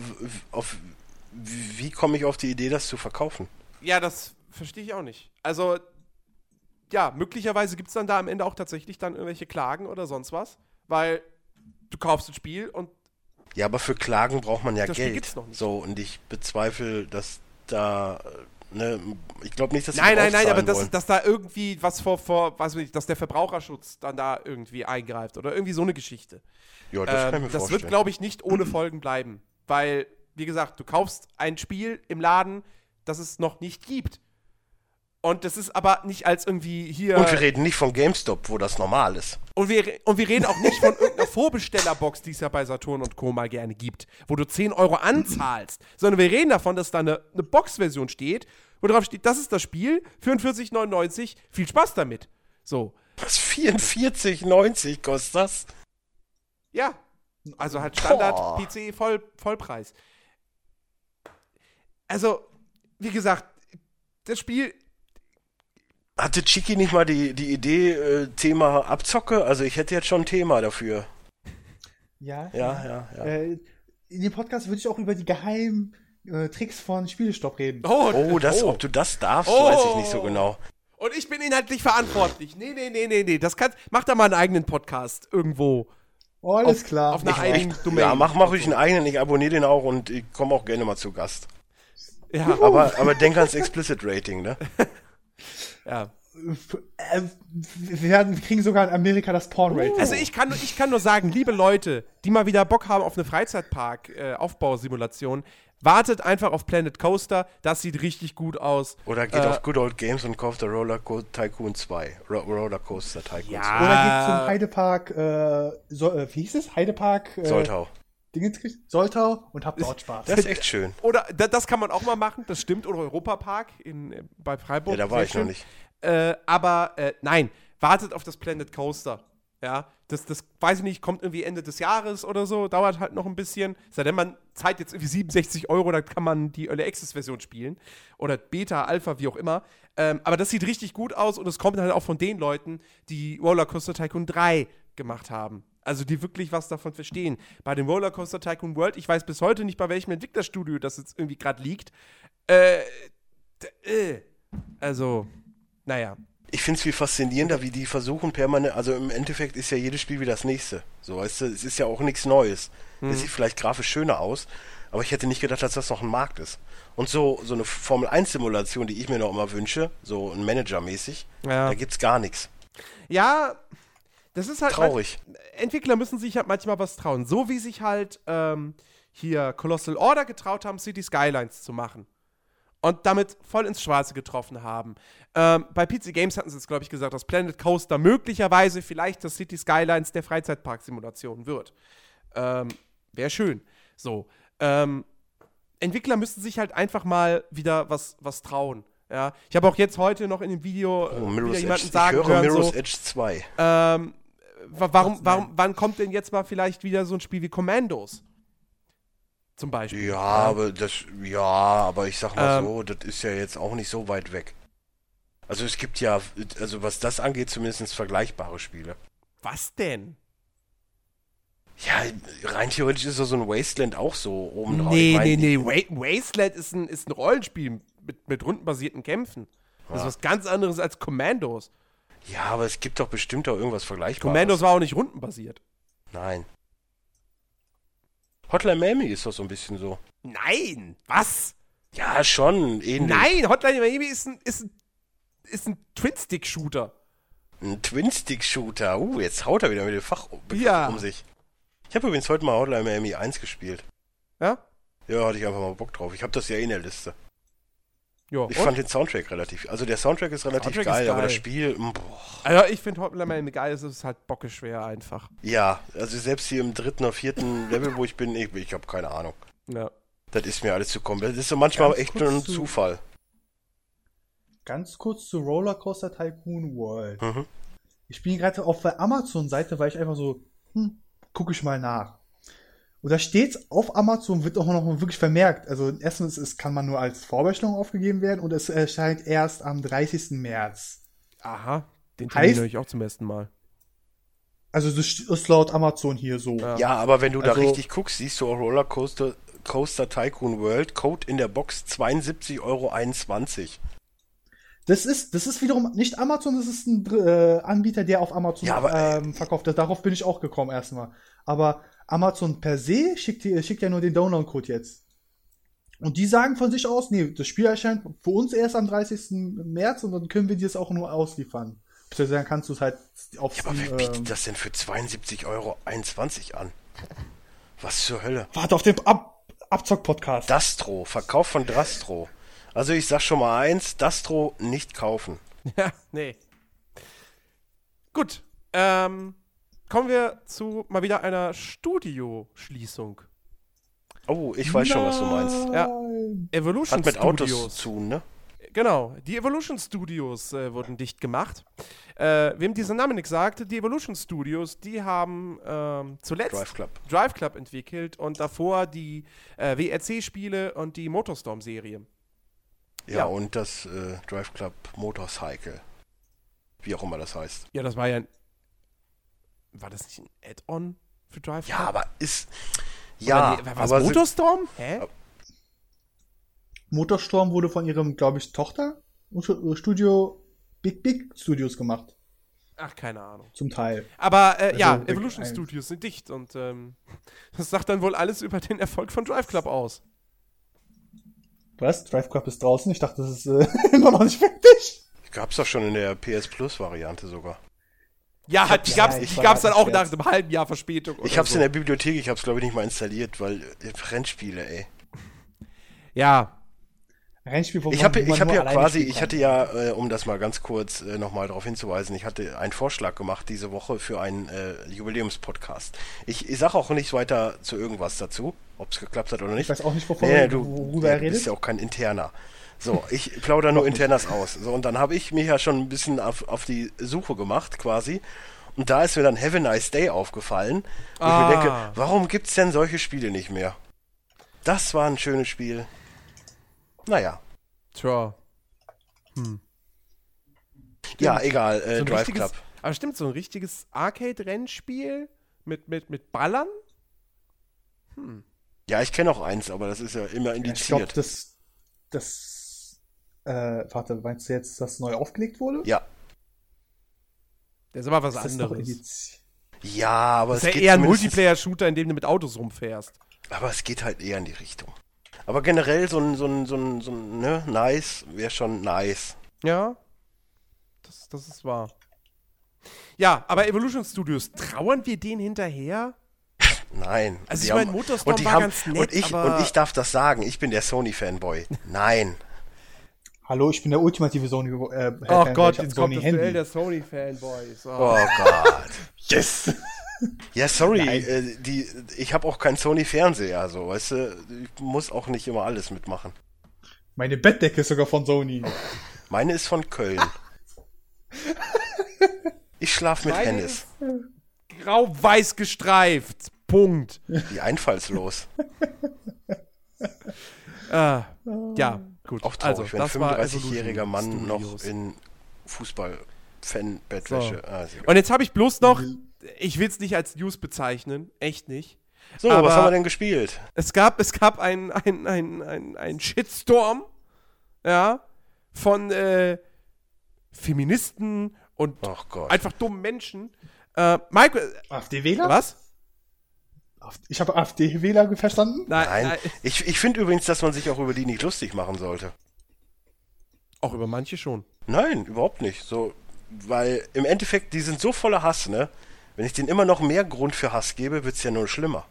wie komme ich auf die Idee, das zu verkaufen? Ja, das verstehe ich auch nicht. Also, ja, möglicherweise gibt es dann da am Ende auch tatsächlich dann irgendwelche Klagen oder sonst was, weil du kaufst ein Spiel und ja, aber für Klagen braucht man ja das Spiel Geld. gibt's noch nicht. So, und ich bezweifle, dass da, ne, ich glaube nicht, dass Nein, aber dass da irgendwie was weiß ich nicht, dass der Verbraucherschutz dann da irgendwie eingreift oder irgendwie so eine Geschichte. Ja, das kann ich mir das vorstellen. wird, glaube ich, nicht ohne Folgen bleiben, weil, wie gesagt, du kaufst ein Spiel im Laden, das es noch nicht gibt. Und das ist aber nicht als irgendwie hier... Und wir reden nicht von GameStop, wo das normal ist. Und wir reden auch nicht von irgendeiner Vorbestellerbox, die es ja bei Saturn und Co. mal gerne gibt, wo du 10 Euro anzahlst, sondern wir reden davon, dass da eine Box-Version steht, wo drauf steht, das ist das Spiel, 44,99, viel Spaß damit. So. Was, 44,90 kostet das? Ja, also halt Standard-PC Vollpreis. Also, wie gesagt, das Spiel... Hatte Chiki nicht mal die Idee, Thema Abzocke? Also ich hätte jetzt schon ein Thema dafür. Ja. Ja. In dem Podcast würde ich auch über die geheimen Tricks von Spielestopp reden. Ob du das darfst, weiß ich nicht so genau. Und ich bin inhaltlich verantwortlich. Nee. Mach da mal einen eigenen Podcast irgendwo. Oh, alles klar. Auf einer eigenen Domain. Ja, mach ruhig einen eigenen, ich abonniere den auch und ich komme auch gerne mal zu Gast. Ja. Aber denk ans Explicit Rating, ne? Ja. Wir kriegen sogar in Amerika das Porn-Rating. Also ich kann nur sagen, liebe Leute, die mal wieder Bock haben auf eine Freizeitpark-Aufbausimulation, wartet einfach auf Planet Coaster, das sieht richtig gut aus. Oder geht auf Good Old Games und kauft der Roller Tycoon 2. Roller Coaster Tycoon 2. Oder geht zum Heidepark, wie hieß es? Heidepark? Soltau. Soltau und habt dort Spaß. Das ist echt schön. Oder das kann man auch mal machen, das stimmt. Oder Europapark bei Freiburg. Ja, da war ich noch nicht. Aber nein, wartet auf das Planet Coaster. Ja, das weiß ich nicht, kommt irgendwie Ende des Jahres oder so, dauert halt noch ein bisschen. Sei denn, man zahlt jetzt irgendwie 67 €, dann kann man die Early Access Version spielen. Oder Beta, Alpha, wie auch immer. Aber das sieht richtig gut aus und es kommt halt auch von den Leuten, die Rollercoaster Tycoon 3 gemacht haben. Also die wirklich was davon verstehen. Bei dem Rollercoaster Tycoon World, ich weiß bis heute nicht, bei welchem Entwicklerstudio das jetzt irgendwie gerade liegt. Also, naja. Ich finde es viel faszinierender, wie die versuchen permanent, also im Endeffekt ist ja jedes Spiel wie das nächste. So, weißt du, es ist ja auch nichts Neues. Es sieht vielleicht grafisch schöner aus, aber ich hätte nicht gedacht, dass das noch ein Markt ist. Und so eine Formel-1-Simulation, die ich mir noch immer wünsche, so ein Manager-mäßig, da gibt's gar nichts. Ja, das ist halt traurig. Entwickler müssen sich halt manchmal was trauen. So wie sich halt hier Colossal Order getraut haben, City Skylines zu machen. Und damit voll ins Schwarze getroffen haben. Bei PC Games hatten sie es, glaube ich, gesagt, dass Planet Coaster möglicherweise vielleicht das City Skylines der Freizeitpark-Simulation wird. Wäre schön. So. Entwickler müssten sich halt einfach mal wieder was trauen. Ja? Ich habe auch jetzt heute noch in dem Video wieder jemanden sagen hören, Mirror's so, Edge 2. wann kommt denn jetzt mal vielleicht wieder so ein Spiel wie Commandos? Zum Beispiel. Ja, aber ich sag mal so, das ist ja jetzt auch nicht so weit weg. Also es gibt ja, also was das angeht, zumindest vergleichbare Spiele. Was denn? Ja, rein theoretisch ist so ein Wasteland auch so oben drauf. Nee. Wasteland ist ein Rollenspiel mit rundenbasierten Kämpfen. Das ist was ganz anderes als Commandos. Ja, aber es gibt doch bestimmt auch irgendwas Vergleichbares. Commandos war auch nicht rundenbasiert. Nein. Hotline Miami ist doch so ein bisschen so. Nein! Was? Ja, schon, ähnlich. Nein, Hotline Miami ist ein Twin-Stick-Shooter. Ein Twin-Stick-Shooter. Jetzt haut er wieder mit dem Fachbegriff um sich. Ich habe übrigens heute mal Hotline Miami 1 gespielt. Ja? Ja, hatte ich einfach mal Bock drauf. Ich habe das ja in der Liste. Jo, ich fand den Soundtrack relativ, der Soundtrack ist relativ geil, aber das Spiel, Also ich finde Hotline Miami geil, es ist halt bockeschwer einfach. Ja, also selbst hier im 3. oder 4. Level, wo ich bin, ich habe keine Ahnung. Ja. Das ist mir alles zu komplex. Das ist so manchmal echt nur ein Zufall. Ganz kurz zu Rollercoaster Tycoon World. Ich bin gerade auf der Amazon-Seite, weil ich einfach so, gucke ich mal nach. Und da steht auf Amazon, wird auch noch wirklich vermerkt. Also erstens, es kann man nur als Vorbestellung aufgegeben werden und es erscheint erst am 30. März. Aha, den Termin höre ich auch zum ersten Mal. Also das ist laut Amazon hier so. Ja, aber wenn du da richtig guckst, siehst du auch Rollercoaster Tycoon World, Code in der Box 72,21 €. Das ist wiederum nicht Amazon, das ist ein Anbieter, der auf Amazon verkauft. Darauf bin ich auch gekommen erstmal. Aber Amazon per se schickt ja nur den Download-Code jetzt. Und die sagen von sich aus, nee, das Spiel erscheint für uns erst am 30. März und dann können wir dir es auch nur ausliefern. Dann kannst du es halt auf... Ja, aber wer bietet das denn für 72,21 € an? Was zur Hölle? Warte auf den Abzock-Podcast. Dastro, Verkauf von Dastro. Also ich sag schon mal eins, Dastro nicht kaufen. Ja, nee. Gut, kommen wir zu mal wieder einer Studioschließung. Oh, ich weiß schon, was du meinst. Ja, Evolution Hat mit Studios. Autos zu tun, ne? Genau, die Evolution Studios wurden dicht gemacht. Wem dieser Name nicht sagte, die Evolution Studios, die haben zuletzt Drive Club entwickelt und davor die WRC-Spiele und die Motorstorm-Serie. Ja, und das Drive Club Motorcycle. Wie auch immer das heißt. Ja, das war ja war das nicht ein Add-on für Drive Club? Ja, aber ist... Ja, was, Motorstorm? Hä? Motorstorm wurde von ihrem, glaube ich, Tochter Studio Big Studios gemacht. Ach, keine Ahnung. Zum Teil. Aber Also, ja, Evolution Studios sind dicht und das sagt dann wohl alles über den Erfolg von Drive Club aus. Was? Drive Club ist draußen? Ich dachte, das ist immer noch nicht fertig. Gab's doch schon in der PS Plus Variante sogar. Ja, die gab's dann auch nach einem halben Jahr Verspätung. Ich hab's in der Bibliothek, ich hab's glaube ich nicht mal installiert, weil Rennspiele, ey. Ja. Rennspiel, wo Ich hatte ja, um das mal ganz kurz nochmal darauf hinzuweisen, ich hatte einen Vorschlag gemacht diese Woche für einen Jubiläumspodcast. Ich sage auch nichts weiter zu irgendwas dazu, ob es geklappt hat oder nicht. Ich weiß auch nicht, worüber er redet. Du bist ja auch kein Interner. So, ich plaudere nur Internas aus. So, und dann habe ich mich ja schon ein bisschen auf die Suche gemacht, quasi. Und da ist mir dann Have a Nice Day aufgefallen. Und ich mir denke, warum gibt's denn solche Spiele nicht mehr? Das war ein schönes Spiel. Naja. Tja. Ja, egal, So Drive Club. Aber stimmt, so ein richtiges Arcade-Rennspiel mit Ballern? Ja, ich kenne auch eins, aber das ist ja immer indiziert. Ich glaube, warte, meinst du jetzt, dass neu aufgelegt wurde? Ja. Das ist aber was Ist das noch anderes. Ja, aber Das es ist ja geht eher ein zumindest- Multiplayer-Shooter, in dem du mit Autos rumfährst. Aber es geht halt eher in die Richtung. Aber generell so ein nice wäre schon nice. Ja. Das ist wahr. Ja, aber Evolution Studios, trauern wir denen hinterher? Nein. Also Die ich meine, haben- Motorstorm und die war haben- ganz nett, und aber... ich darf das sagen, ich bin der Sony-Fanboy. Nein. Hallo, ich bin der ultimative Sony. Oh Gott, jetzt kommt Sony das Duell der Sony-Fanboys. Oh Gott. Yes! Ja, sorry, ich habe auch keinen Sony-Fernseher, so, weißt du, ich muss auch nicht immer alles mitmachen. Meine Bettdecke ist sogar von Sony. Meine ist von Köln. Ich schlaf mit Meine Hennis. Grau-weiß gestreift. Punkt. Wie einfallslos. Ja, gut. Auch traurig, wenn ein das war 35-jähriger Mann Evolution noch Studios. in Fußball-Fan-Bettwäsche. So. Ah, ist egal. Und jetzt habe ich bloß noch, ich will es nicht als News bezeichnen, echt nicht. So, aber was haben wir denn gespielt? Es gab einen Shitstorm, ja, von Feministen und Ach Gott. einfach dummen Menschen. AfD-Wähler? Was? Ich habe AfD-Wähler verstanden? Nein. Ich finde übrigens, dass man sich auch über die nicht lustig machen sollte. Auch über manche schon. Nein, überhaupt nicht. So, weil im Endeffekt, die sind so voller Hass, ne? Wenn ich denen immer noch mehr Grund für Hass gebe, wird's ja nur schlimmer.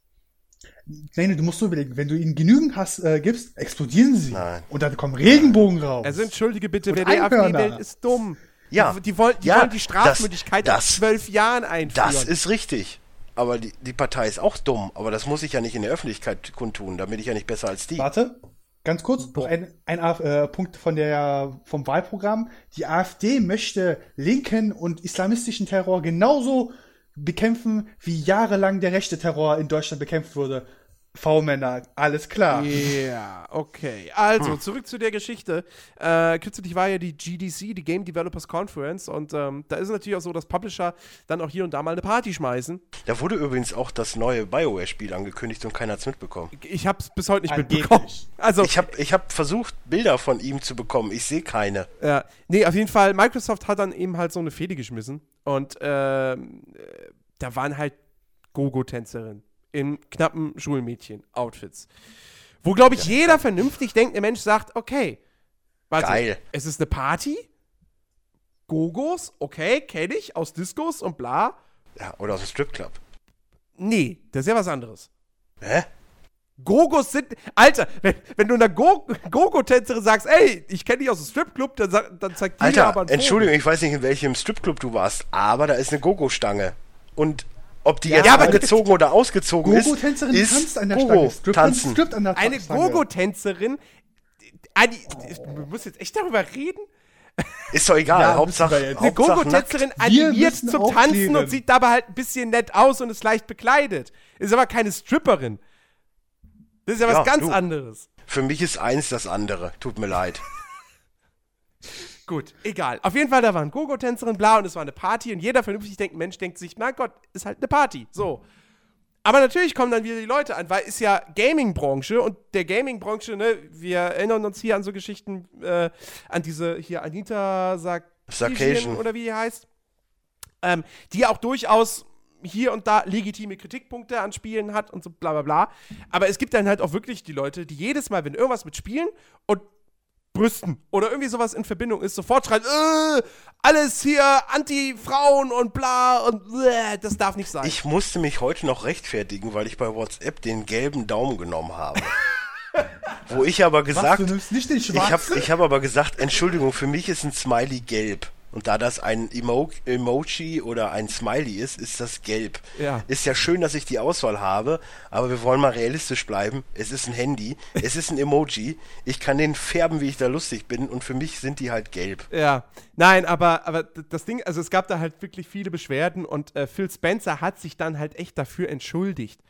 Nein, du musst nur überlegen, wenn du ihnen genügend Hass gibst, explodieren sie. Nein. Und dann kommen Regenbogen raus. Also entschuldige bitte, Und wer die AfD Einhörner. wählt, ist dumm. Ja. Die wollen die Strafmündigkeit nach das- 12 Jahren einführen. Das ist richtig. Aber die Partei ist auch dumm. Aber das muss ich ja nicht in der Öffentlichkeit kundtun. Da bin ich ja nicht besser als die. Warte, ganz kurz, noch ein Punkt vom Wahlprogramm. Die AfD möchte linken und islamistischen Terror genauso bekämpfen, wie jahrelang der rechte Terror in Deutschland bekämpft wurde. V-Männer, alles klar. Ja, okay. Also, zurück zu der Geschichte. Kürzlich war ja die GDC, die Game Developers Conference, und da ist es natürlich auch so, dass Publisher dann auch hier und da mal eine Party schmeißen. Da wurde übrigens auch das neue BioWare-Spiel angekündigt und keiner hat's mitbekommen. Ich hab's bis heute nicht Angeblich. mitbekommen. Also, Ich hab versucht, Bilder von ihm zu bekommen. Ich sehe keine. nee, auf jeden Fall, Microsoft hat dann eben halt so eine Fehde geschmissen und da waren halt Gogo-Tänzerinnen in knappen Schulmädchen-Outfits. Wo, glaube ich, jeder vernünftig denkende Mensch sagt, okay, warte, Geil. es ist eine Party, Gogos, okay, kenne ich, aus Discos und bla. Ja, oder aus dem Stripclub. Nee, das ist ja was anderes. Hä? Gogos sind, Alter, wenn du einer Gogo-Tänzerin sagst, ey, ich kenne dich aus dem Stripclub, dann zeigt die dir aber Alter, ein Entschuldigung, ich weiß nicht, in welchem Stripclub du warst, aber da ist eine Gogo-Stange. Und ob die Ja, jetzt aber angezogen oder ausgezogen ist, Gogo-Tänzerin ist tanzt an der Stange. Gogo-Tanzen. Strippt an der Eine Stange. Gogo-Tänzerin, du musst jetzt echt darüber reden? Ist doch egal, Ja, Hauptsache, müssen wir jetzt. Eine Hauptsache Gogo-Tänzerin nackt. animiert müssen zum Tanzen aufklären. und sieht dabei halt ein bisschen nett aus und ist leicht bekleidet. Ist aber keine Stripperin. Das ist ja was Ja, ganz du. anderes. Für mich ist eins das andere. Tut mir leid. Gut, egal. Auf jeden Fall, da waren Gogo-Tänzerin, bla, und es war eine Party und jeder vernünftig denkende Mensch denkt sich, mein Gott, ist halt eine Party. So. Aber natürlich kommen dann wieder die Leute an, weil ist ja Gaming-Branche und der Gaming-Branche, ne, wir erinnern uns hier an so Geschichten, an diese hier Anita Sarkeesian oder wie die heißt, die auch durchaus hier und da legitime Kritikpunkte an Spielen hat und so bla bla bla. Aber es gibt dann halt auch wirklich die Leute, die jedes Mal, wenn irgendwas mit Spielen und Brüsten oder irgendwie sowas in Verbindung ist, sofort schreien, alles hier Anti-Frauen und bla und das darf nicht sein. Ich musste mich heute noch rechtfertigen, weil ich bei WhatsApp den gelben Daumen genommen habe. Wo ich aber gesagt, du nimmst nicht den schwarzen? Ich habe aber gesagt, Entschuldigung, für mich ist ein Smiley gelb. Und da das ein Emoji oder ein Smiley ist das gelb. Ja. Ist ja schön, dass ich die Auswahl habe, aber wir wollen mal realistisch bleiben. Es ist ein Handy, es ist ein Emoji. Ich kann den färben, wie ich da lustig bin und für mich sind die halt gelb. Ja, nein, aber das Ding, also es gab da halt wirklich viele Beschwerden und Phil Spencer hat sich dann halt echt dafür entschuldigt.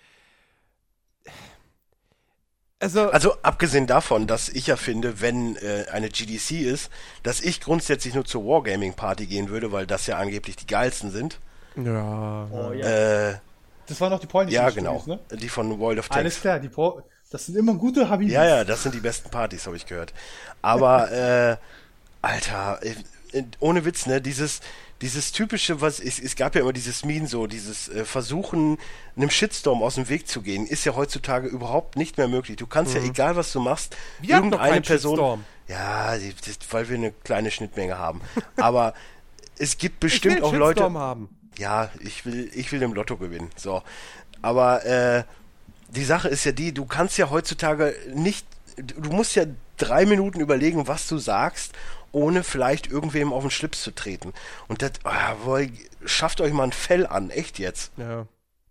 Also abgesehen davon, dass ich ja finde, wenn eine GDC ist, dass ich grundsätzlich nur zur Wargaming-Party gehen würde, weil das ja angeblich die geilsten sind. Ja. Oh, ja. Das waren noch die polnischen Ja, genau. Studios, ne? Die von World of Tanks. Alles klar, das sind immer gute Habibis. Ja, das sind die besten Partys, habe ich gehört. Aber, Alter, ohne Witz, ne, dieses typische, es gab ja immer dieses Meme so, dieses Versuchen, einem Shitstorm aus dem Weg zu gehen, ist ja heutzutage überhaupt nicht mehr möglich. Du kannst ja, egal was du machst, wir irgendeine Person... Shitstorm. Ja, weil wir eine kleine Schnittmenge haben. Aber es gibt bestimmt auch Leute... haben. Ja, ich will im Lotto gewinnen. So. Aber die Sache ist ja die, du kannst ja heutzutage nicht... Du musst ja 3 Minuten überlegen, was du sagst, ohne vielleicht irgendwem auf den Schlips zu treten. Und das, schafft euch mal ein Fell an, echt jetzt. Ja.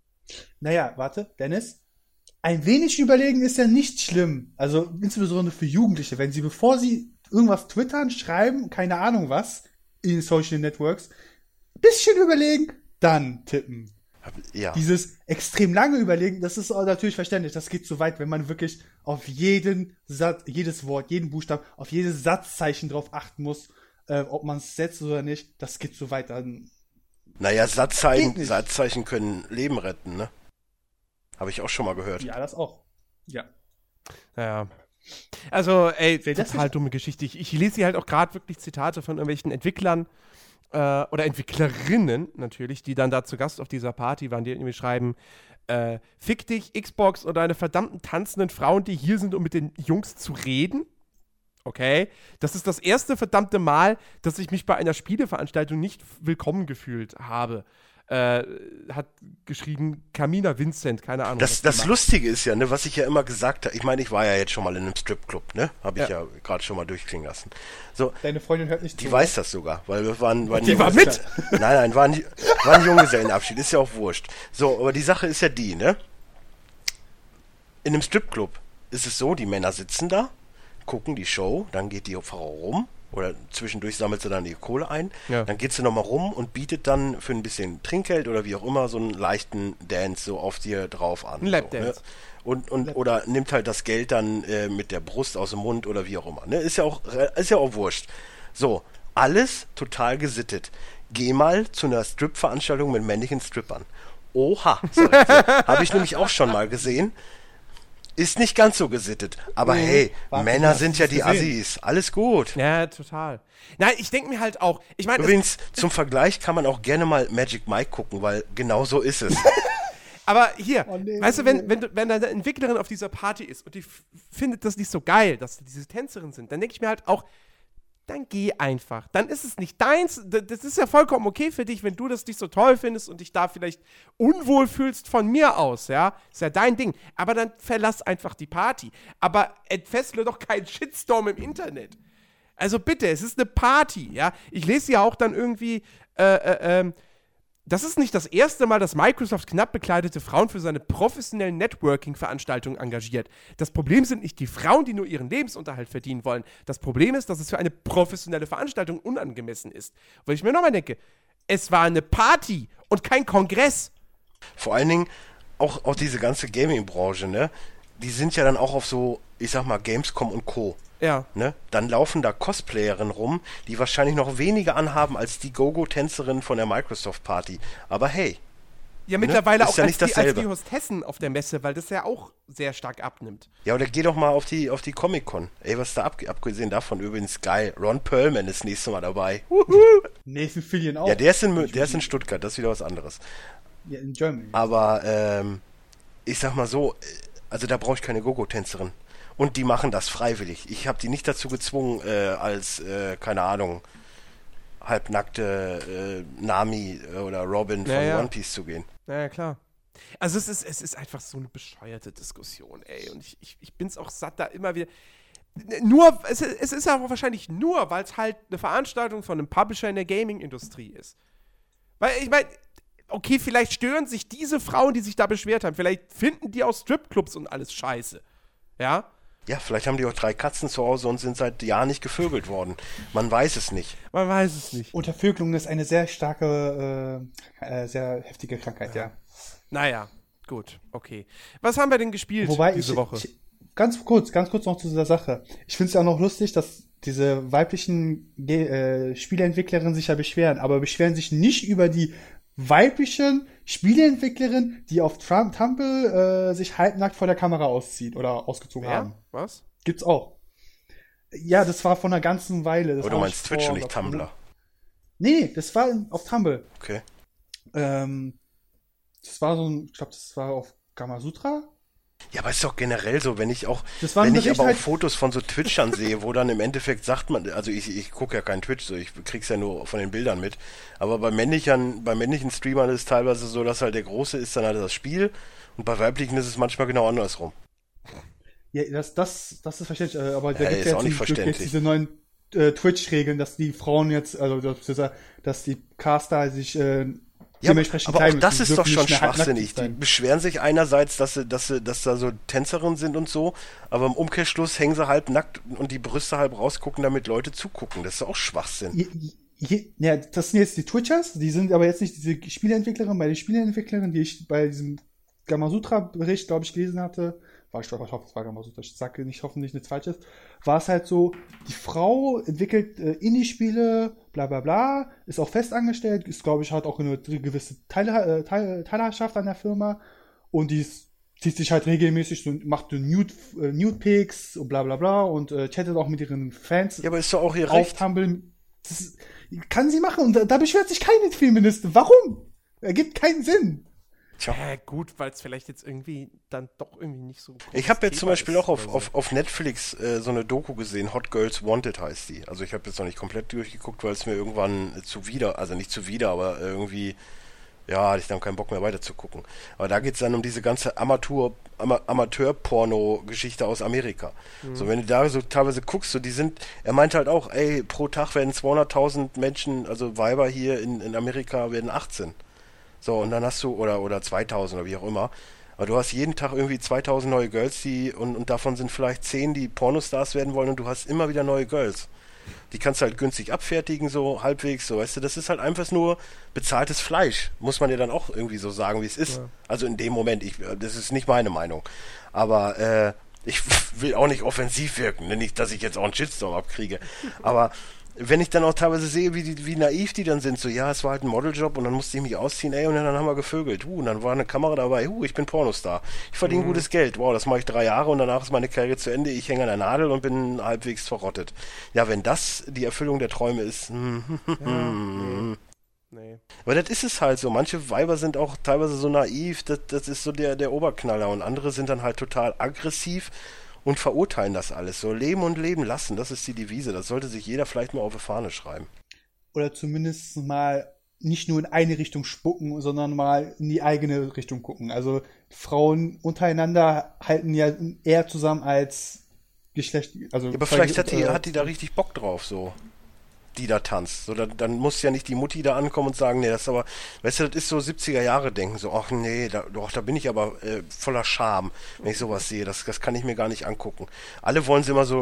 Naja, warte, Dennis. Ein wenig überlegen ist ja nicht schlimm. Also insbesondere für Jugendliche, wenn sie, bevor sie irgendwas twittern, schreiben, keine Ahnung was, in Social Networks, bisschen überlegen, dann tippen. Ja. Dieses extrem lange Überlegen, das ist auch natürlich verständlich. Das geht zu weit, wenn man wirklich auf jeden Satz, jedes Wort, jeden Buchstaben, auf jedes Satzzeichen drauf achten muss, ob man es setzt oder nicht. Das geht zu weit. Dann naja, Satzzeichen können Leben retten, ne? Habe ich auch schon mal gehört. ja, das auch. Ja. Ja. Also, ey, das total dumme Geschichte. Ich lese hier halt auch gerade wirklich Zitate von irgendwelchen Entwicklern oder Entwicklerinnen natürlich, die dann da zu Gast auf dieser Party waren, die irgendwie schreiben, fick dich, Xbox und deine verdammten tanzenden Frauen, die hier sind, um mit den Jungs zu reden. Okay? Das ist das erste verdammte Mal, dass ich mich bei einer Spieleveranstaltung nicht willkommen gefühlt habe. Hat geschrieben Camina Vincent, keine Ahnung. Das Lustige ist ja, ne, was ich ja immer gesagt habe, ich meine, ich war ja jetzt schon mal in einem Stripclub, ne? Habe ich ja gerade schon mal durchklingen lassen. So, Deine Freundin hört nicht zu. die weiß das sogar, weil wir waren Die war mit! Nein, war ein Junggesellenabschied, ist ja auch wurscht. So, aber die Sache ist ja die, ne? In einem Stripclub ist es so, die Männer sitzen da, gucken die Show, dann geht die Frau rum, oder zwischendurch sammelt sie dann die Kohle ein, dann geht sie nochmal rum und bietet dann für ein bisschen Trinkgeld oder wie auch immer so einen leichten Dance so auf dir drauf an. Ein Lapdance. So, ne? Oder nimmt halt das Geld dann mit der Brust aus dem Mund oder wie auch immer. Ne? Ist ja auch wurscht. So, alles total gesittet. Geh mal zu einer Strip-Veranstaltung mit männlichen Strippern. Oha, habe ich nämlich auch schon mal gesehen. Ist nicht ganz so gesittet. Aber hey, Männer sind ja die Assis. Alles gut. Ja, total. Nein, ich denke mir halt auch, ich meine... Übrigens, zum Vergleich kann man auch gerne mal Magic Mike gucken, weil genau so ist es. Aber hier, weißt du, wenn eine Entwicklerin auf dieser Party ist und die findet das nicht so geil, dass diese Tänzerinnen sind, dann denke ich mir halt auch, dann geh einfach. Dann ist es nicht deins. Das ist ja vollkommen okay für dich, wenn du das nicht so toll findest und dich da vielleicht unwohl fühlst von mir aus, ja. Ist ja dein Ding. Aber dann verlass einfach die Party. Aber entfessle doch keinen Shitstorm im Internet. Also bitte, es ist eine Party, ja. Ich lese ja auch dann irgendwie, das ist nicht das erste Mal, dass Microsoft knapp bekleidete Frauen für seine professionellen Networking-Veranstaltungen engagiert. Das Problem sind nicht die Frauen, die nur ihren Lebensunterhalt verdienen wollen. Das Problem ist, dass es für eine professionelle Veranstaltung unangemessen ist. Weil ich mir nochmal denke, es war eine Party und kein Kongress. Vor allen Dingen auch diese ganze Gaming-Branche, ne? Die sind ja dann auch auf so, ich sag mal, Gamescom und Co. Ja. Ne? Dann laufen da Cosplayerinnen rum, die wahrscheinlich noch weniger anhaben als die Go-Go-Tänzerin von der Microsoft-Party. Aber hey, Ja, mittlerweile Ist auch ja als, nicht die, als dasselbe. die Hostessen auf der Messe, weil das ja auch sehr stark abnimmt. Ja, oder geh doch mal auf die Comic-Con. Ey, was da abgesehen davon übrigens geil. Ron Perlman ist nächstes Mal dabei. Nathan Fillion auch. Ja, der ist in Stuttgart, das ist wieder was anderes. Ja, in Germany. Aber ich sag mal so, also da brauche ich keine Gogo-Tänzerin. Und die machen das freiwillig. Ich habe die nicht dazu gezwungen, als, keine Ahnung, halbnackte Nami oder Robin von One Piece zu gehen. Ja, klar. Also es ist einfach so eine bescheuerte Diskussion, ey. Und ich bin's auch satt, da immer wieder. Es ist aber wahrscheinlich nur, weil es halt eine Veranstaltung von einem Publisher in der Gaming-Industrie ist. Weil, ich meine, okay, vielleicht stören sich diese Frauen, die sich da beschwert haben. Vielleicht finden die auch Stripclubs und alles scheiße. Ja? Ja, vielleicht haben die auch 3 Katzen zu Hause und sind seit Jahren nicht gevögelt worden. Man weiß es nicht. Man weiß es nicht. Untervögelung ist eine sehr starke, sehr heftige Krankheit, ja. Naja, gut, okay. Was haben wir denn gespielt diese Woche? Ganz kurz noch zu dieser Sache. Ich finde es ja auch noch lustig, dass diese weiblichen Spieleentwicklerinnen sich ja beschweren, aber beschweren sich nicht über die weiblichen Spieleentwicklerinnen, die auf Tumblr sich halbnackt vor der Kamera auszieht oder ausgezogen haben. Was? Gibt's auch. Ja, das war vor einer ganzen Weile. Das Oder du meinst Twitch und nicht Tumblr? Nee, das war auf Tumblr. Okay. Das war so ein, ich glaube, das war auf Gamasutra. Ja, aber ist doch generell so, wenn ich aber halt auch Fotos von so Twitchern sehe, wo dann im Endeffekt sagt man, also ich gucke ja keinen Twitch, so ich krieg's ja nur von den Bildern mit, aber bei männlichen Streamern ist es teilweise so, dass halt der Große ist dann halt das Spiel und bei weiblichen ist es manchmal genau andersrum. Ja, das ist verständlich, aber da Ja, gibt ist es auch nicht jetzt verständlich. diese neuen Twitch-Regeln, dass die Frauen jetzt, also dass die Caster sich Ja, dementsprechend aber auch teilen das müssen. Die ist doch dürfen schon nicht mehr halbnackt schwachsinnig. Die sein. beschweren sich einerseits, dass da so Tänzerinnen sind und so, aber im Umkehrschluss hängen sie halb nackt und die Brüste halb rausgucken, damit Leute zugucken. Das ist auch Schwachsinn. Ja, das sind jetzt die Twitchers, die sind aber jetzt nicht diese Spieleentwicklerin. Bei den Spieleentwicklerinnen, die ich bei diesem Gamasutra-Bericht, glaube ich, gelesen hatte, ich hoffe, es war Gamasutra, ich sage nicht, hoffentlich nichts Falsches, war es halt so, die Frau entwickelt Indie-Spiele, bla bla bla, ist auch festangestellt, ist, glaube ich, hat auch eine gewisse Teilhaberschaft an der Firma und zieht sich halt regelmäßig so, macht so Nude-Pics und bla bla bla und chattet auch mit ihren Fans. Ja, aber ist doch auch ihr auf Recht. Tumblr. Kann sie machen und da beschwert sich keine Feministin. Warum? Ergibt keinen Sinn. Tja. Gut, weil es vielleicht jetzt irgendwie dann doch irgendwie nicht so. Ich habe jetzt zum Beispiel auch so. auf Netflix so eine Doku gesehen, Hot Girls Wanted heißt die. Also ich habe jetzt noch nicht komplett durchgeguckt, weil es mir irgendwann nicht zuwider, aber irgendwie, ja, hatte ich dann keinen Bock mehr weiter zu gucken. Aber da geht es dann um diese ganze Amateur-Porno-Geschichte aus Amerika. So, wenn du da so teilweise guckst, so er meint halt auch, ey, pro Tag werden 200.000 Menschen, also Weiber hier in Amerika werden 18. So, und dann hast du, oder 2000 oder wie auch immer, aber du hast jeden Tag irgendwie 2000 neue Girls, und davon sind vielleicht 10, die Pornostars werden wollen und du hast immer wieder neue Girls. Die kannst du halt günstig abfertigen, so halbwegs, so, weißt du, das ist halt einfach nur bezahltes Fleisch, muss man ja dann auch irgendwie so sagen, wie es ist. Ja. Also in dem Moment, das ist nicht meine Meinung, aber ich will auch nicht offensiv wirken, nicht, dass ich jetzt auch einen Shitstorm abkriege, aber wenn ich dann auch teilweise sehe, wie naiv die dann sind, so, ja, es war halt ein Modeljob und dann musste ich mich ausziehen, ey, und dann haben wir gevögelt, und dann war eine Kamera dabei, ich bin Pornostar, ich verdiene gutes Geld, wow, das mache ich 3 Jahre und danach ist meine Karriere zu Ende, ich hänge an der Nadel und bin halbwegs verrottet. Ja, wenn das die Erfüllung der Träume ist, Nee. Aber das ist es halt so, manche Weiber sind auch teilweise so naiv, das ist so der Oberknaller und andere sind dann halt total aggressiv und verurteilen das alles. So leben und leben lassen, das ist die Devise. Das sollte sich jeder vielleicht mal auf die Fahne schreiben. Oder zumindest mal nicht nur in eine Richtung spucken, sondern mal in die eigene Richtung gucken. Also Frauen untereinander halten ja eher zusammen als Geschlecht. Also ja, aber vielleicht hat die da richtig Bock drauf, so. Die da tanzt. So, dann muss ja nicht die Mutti da ankommen und sagen, nee, das ist aber, weißt du, das ist so 70er Jahre denken, so, ach nee, da bin ich aber voller Scham, wenn ich sowas sehe, das kann ich mir gar nicht angucken. Alle wollen sie immer so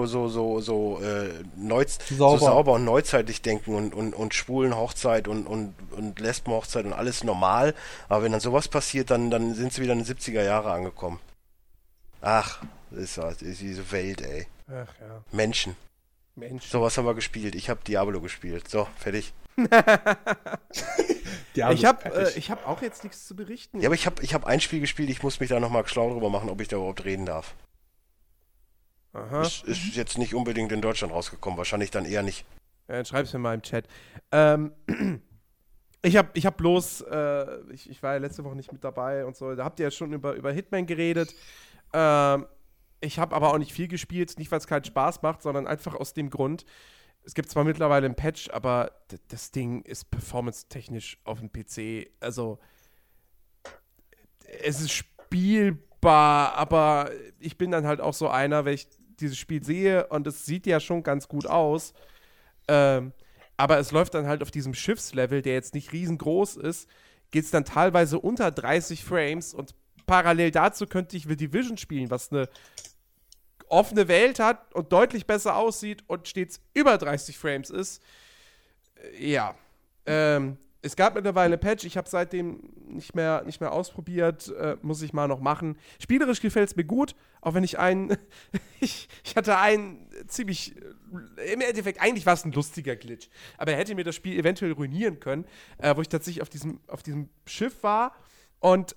sauber und neuzeitlich denken und schwulen Hochzeit und Lesben Hochzeit und alles normal, aber wenn dann sowas passiert, dann sind sie wieder in den 70er Jahre angekommen. Ach, das ist diese Welt, ey. Ach ja. Menschen. Mensch. Sowas haben wir gespielt. Ich habe Diablo gespielt. So, fertig. Ich hab auch jetzt nichts zu berichten. Ja, aber ich hab ein Spiel gespielt. Ich muss mich da nochmal schlau drüber machen, ob ich da überhaupt reden darf. Aha. Ist jetzt nicht unbedingt in Deutschland rausgekommen. Wahrscheinlich dann eher nicht. Ja, dann schreib's mir mal im Chat. Ich hab bloß, ich war ja letzte Woche nicht mit dabei und so, da habt ihr ja schon über Hitman geredet. Ich habe aber auch nicht viel gespielt, nicht weil es keinen Spaß macht, sondern einfach aus dem Grund, es gibt zwar mittlerweile ein Patch, aber das Ding ist performance-technisch auf dem PC, also es ist spielbar, aber ich bin dann halt auch so einer, wenn ich dieses Spiel sehe und es sieht ja schon ganz gut aus, aber es läuft dann halt auf diesem Schiffslevel, der jetzt nicht riesengroß ist, geht es dann teilweise unter 30 Frames und parallel dazu könnte ich The Division spielen, was eine offene Welt hat und deutlich besser aussieht und stets über 30 Frames ist. Ja. Es gab mittlerweile ein Patch, ich habe seitdem nicht mehr ausprobiert, muss ich mal noch machen. Spielerisch gefällt es mir gut, auch wenn ich ich hatte einen ziemlich, im Endeffekt, eigentlich war es ein lustiger Glitch, aber er hätte mir das Spiel eventuell ruinieren können, wo ich tatsächlich auf diesem Schiff war und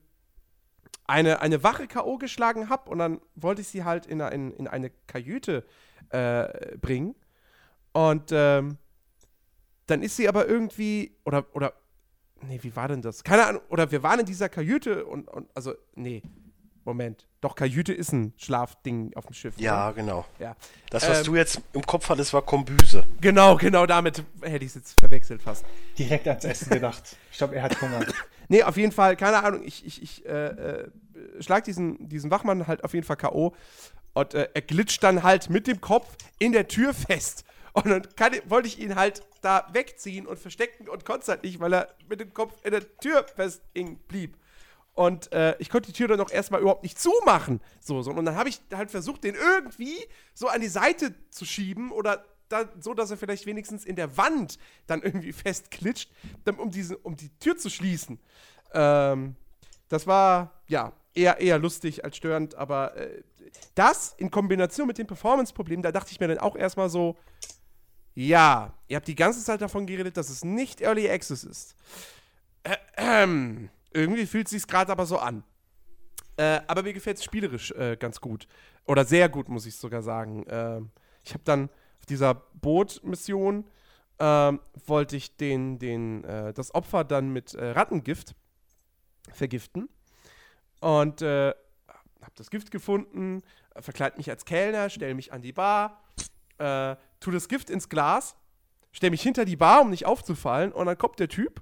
eine Wache K.O. geschlagen habe und dann wollte ich sie halt in eine Kajüte bringen und dann ist sie aber irgendwie, nee, wie war denn das? Keine Ahnung, oder wir waren in dieser Kajüte also, nee, Moment. Doch, Kajüte ist ein Schlafding auf dem Schiff. Ja, oder? genau. Ja. Das, was du jetzt im Kopf hattest, war Kombüse. Genau, damit hätte ich es jetzt verwechselt fast. Direkt ans Essen gedacht. Ich glaube, er hat Hunger. Nee, auf jeden Fall, keine Ahnung, ich schlag diesen Wachmann halt auf jeden Fall K.O. und er glitscht dann halt mit dem Kopf in der Tür fest. Und dann wollte ich ihn halt da wegziehen und verstecken und konnte es halt nicht, weil er mit dem Kopf in der Tür fest blieb. Und ich konnte die Tür dann auch erstmal überhaupt nicht zumachen. Und dann habe ich halt versucht, den irgendwie so an die Seite zu schieben oder so, dass er vielleicht wenigstens in der Wand dann irgendwie festklitscht, um die Tür zu schließen. Das war, ja, eher lustig als störend, aber das in Kombination mit dem Performance-Problem, da dachte ich mir dann auch erstmal so, ja, ihr habt die ganze Zeit davon geredet, dass es nicht Early Access ist. Irgendwie fühlt es sich gerade aber so an. Aber mir gefällt es spielerisch ganz gut. Oder sehr gut, muss ich sogar sagen. Ich habe dann auf dieser Boot-Mission wollte ich das Opfer dann mit Rattengift vergiften. Und habe das Gift gefunden, verkleide mich als Kellner, stelle mich an die Bar, tu das Gift ins Glas, stelle mich hinter die Bar, um nicht aufzufallen, und dann kommt der Typ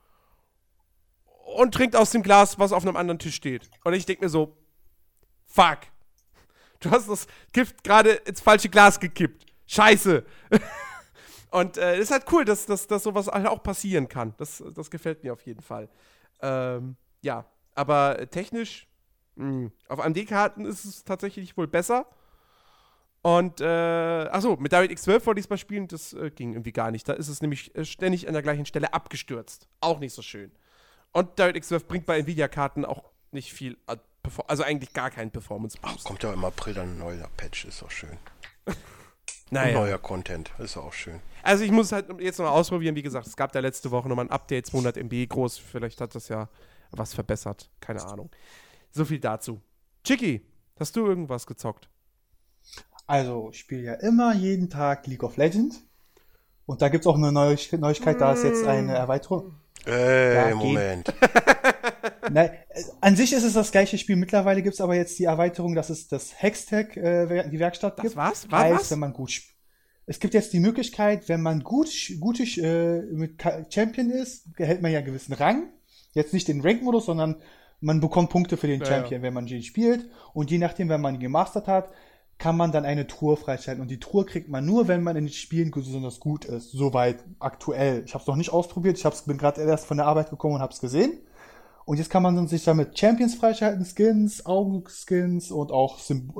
und trinkt aus dem Glas, was auf einem anderen Tisch steht. Und ich denke mir so, fuck, du hast das Gift gerade ins falsche Glas gekippt. Scheiße. Und es ist halt cool, dass sowas halt auch passieren kann. Das gefällt mir auf jeden Fall. Ja, aber technisch, auf AMD-Karten ist es tatsächlich wohl besser. Und, mit DirectX 12 wollte ich es mal spielen, das ging irgendwie gar nicht. Da ist es nämlich ständig an der gleichen Stelle abgestürzt. Auch nicht so schön. Und DirectX 12 bringt bei Nvidia-Karten auch nicht viel, also eigentlich gar keinen Performance-Boost. Kommt ja im April dann ein neuer Patch, ist auch schön. Naja. Neuer Content, ist auch schön. Also ich muss halt jetzt noch mal ausprobieren, wie gesagt, es gab da letzte Woche nochmal ein Update, 200 MB groß, vielleicht hat das ja was verbessert, keine Ahnung. So viel dazu. Chicky, hast du irgendwas gezockt? Also, ich spiele ja immer jeden Tag League of Legends. Und da gibt es auch eine Neuigkeit, da ist jetzt eine Erweiterung. Moment. Nein, an sich ist es das gleiche Spiel. Mittlerweile gibt es aber jetzt die Erweiterung, dass es das Hextech, die Werkstatt gibt. Was? Heißt, wenn man es gibt jetzt die Möglichkeit, wenn man gut mit Champion ist, erhält man ja einen gewissen Rang. Jetzt nicht den Rank-Modus, sondern man bekommt Punkte für den Champion, wenn man ihn spielt. Und je nachdem, wenn man ihn gemastert hat, kann man dann eine Truhe freischalten. Und die Truhe kriegt man nur, wenn man in den Spielen besonders gut ist. Soweit aktuell. Ich habe es noch nicht ausprobiert. Bin gerade erst von der Arbeit gekommen und habe es gesehen. Und jetzt kann man sich damit Champions freischalten, Skins, Augenskins und auch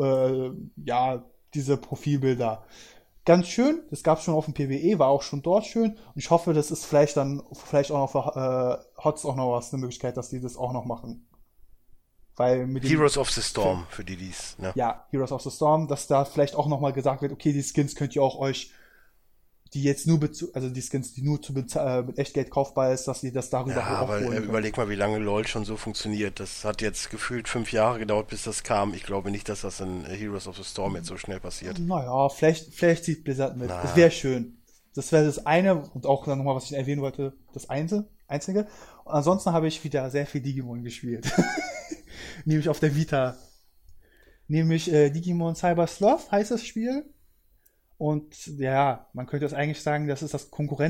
diese Profilbilder. Ganz schön. Das gab es schon auf dem PvE, war auch schon dort schön. Und ich hoffe, das ist vielleicht auch noch für HOTS auch noch eine Möglichkeit, dass die das auch noch machen. weil mit dem Heroes of the Storm, für die's, ne? ja, Heroes of the Storm, dass da vielleicht auch nochmal gesagt wird, okay, die Skins könnt ihr auch euch, die jetzt nur also die Skins, die nur mit Echtgeld kaufbar ist, dass ihr das darüber Ja, auch aber holen könnt. überleg mal, wie lange LoL schon so funktioniert. Das hat jetzt gefühlt 5 Jahre gedauert, bis das kam. Ich glaube nicht, dass das in Heroes of the Storm jetzt so schnell passiert. Naja, vielleicht zieht Blizzard mit. Na. Das wäre schön. Das wäre das eine und auch dann nochmal, was ich erwähnen wollte, das Einzige. Und ansonsten habe ich wieder sehr viel Digimon gespielt. Nämlich auf der Vita. Nämlich Digimon Cyber Sloth heißt das Spiel. Und ja, man könnte es eigentlich sagen, das ist das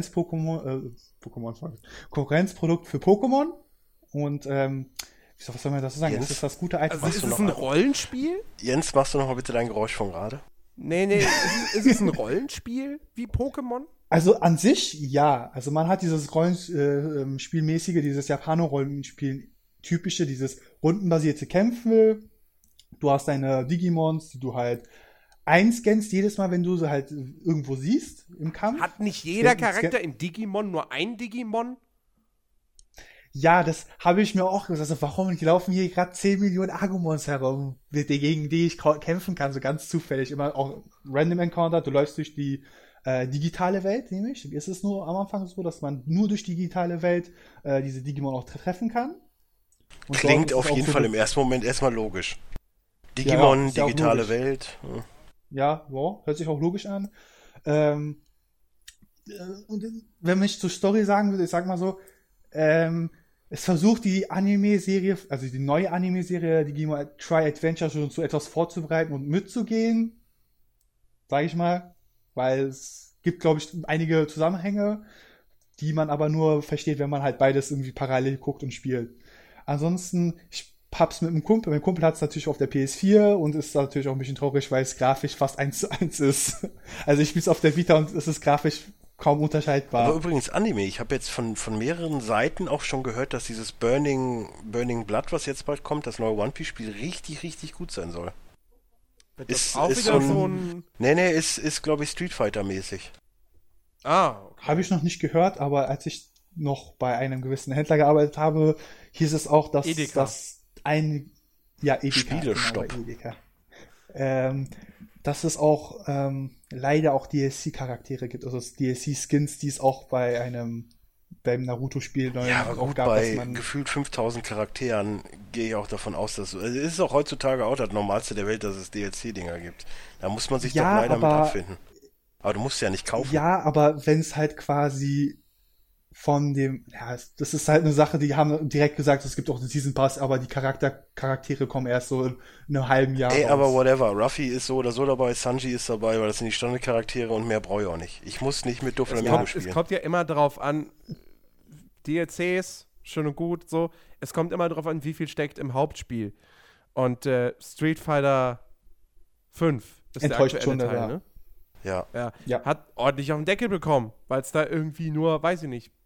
Konkurrenzprodukt für Pokémon. Und was soll man dazu sagen? Jens? Das ist das gute alte. Also ist es ein Rollenspiel? Jens, machst du noch mal bitte dein Geräusch von gerade? Nee, ist es ein Rollenspiel wie Pokémon? Also an sich, ja. Also man hat dieses Rollenspielmäßige, dieses Japano-Rollenspiel typische, dieses rundenbasierte Kämpfe. Du hast deine Digimons, die du halt einscannst jedes Mal, wenn du sie halt irgendwo siehst im Kampf. Hat nicht jeder Charakter in Digimon nur ein Digimon? Ja, das habe ich mir auch gesagt. Also warum? Die laufen hier gerade 10 Millionen Agumons herum, gegen die ich kämpfen kann, so ganz zufällig. Immer auch Random Encounter, du läufst durch die digitale Welt, nämlich. Ist es nur am Anfang so, dass man nur durch die digitale Welt diese Digimon auch treffen kann. Und Klingt dort ist auf auch jeden so Fall im ersten Moment erstmal logisch. Digimon, ist ja auch digitale logisch. Welt. Ja, hört sich auch logisch an. Und wenn ich zur Story sagen würde, ich sag mal so, es versucht die Anime-Serie, also die neue Anime-Serie Digimon Tri Adventure schon zu etwas vorzubereiten und mitzugehen, sage ich mal, weil es gibt, glaube ich, einige Zusammenhänge, die man aber nur versteht, wenn man halt beides irgendwie parallel guckt und spielt. Ansonsten, ich hab's mit einem Kumpel. Mein Kumpel hat es natürlich auf der PS4 und ist natürlich auch ein bisschen traurig, weil es grafisch fast 1:1 ist. Also ich spiel's auf der Vita und es ist grafisch kaum unterscheidbar. Aber übrigens Anime, ich habe jetzt von mehreren Seiten auch schon gehört, dass dieses Burning Blood, was jetzt bald kommt, das neue One Piece Spiel, richtig, richtig gut sein soll. Wird das Ist auch ist wieder so Nee, ist glaube ich Street Fighter mäßig. Okay. Habe ich noch nicht gehört, aber als ich noch bei einem gewissen Händler gearbeitet habe, hieß es auch, dass Edeka. das Edeka. Spielestopp. Genau, bei Edeka. Dass es auch leider auch DLC-Charaktere gibt, also DLC-Skins, die es auch beim Naruto-Spiel neu Ja, aber auch gut, gab, bei dass man gefühlt 5000 Charakteren gehe ich auch davon aus, dass es ist auch heutzutage auch das Normalste der Welt, dass es DLC-Dinger gibt. Da muss man sich doch Ja, leider mit aber- abfinden. Aber du musst ja nicht kaufen. ja, aber wenn es halt quasi von dem, ja, das ist halt eine Sache, die haben direkt gesagt, es gibt auch den Season Pass, aber die Charaktere kommen erst so in einem halben Jahr Ey, raus. aber whatever. Ruffy ist so oder so dabei, Sanji ist dabei, weil das sind die Standardcharaktere und mehr brauche ich auch nicht. Ich muss nicht mit Doflamingo Es spielen. kommt ja immer darauf an, DLCs, schön und gut, so. Es kommt immer darauf an, wie viel steckt im Hauptspiel. Und Street Fighter 5 ist Enttäuscht der schon, aktuelle Teil, ja. ne? Ja. Ja. Hat ordentlich auf den Deckel bekommen, weil es da irgendwie nur, weiß ich nicht,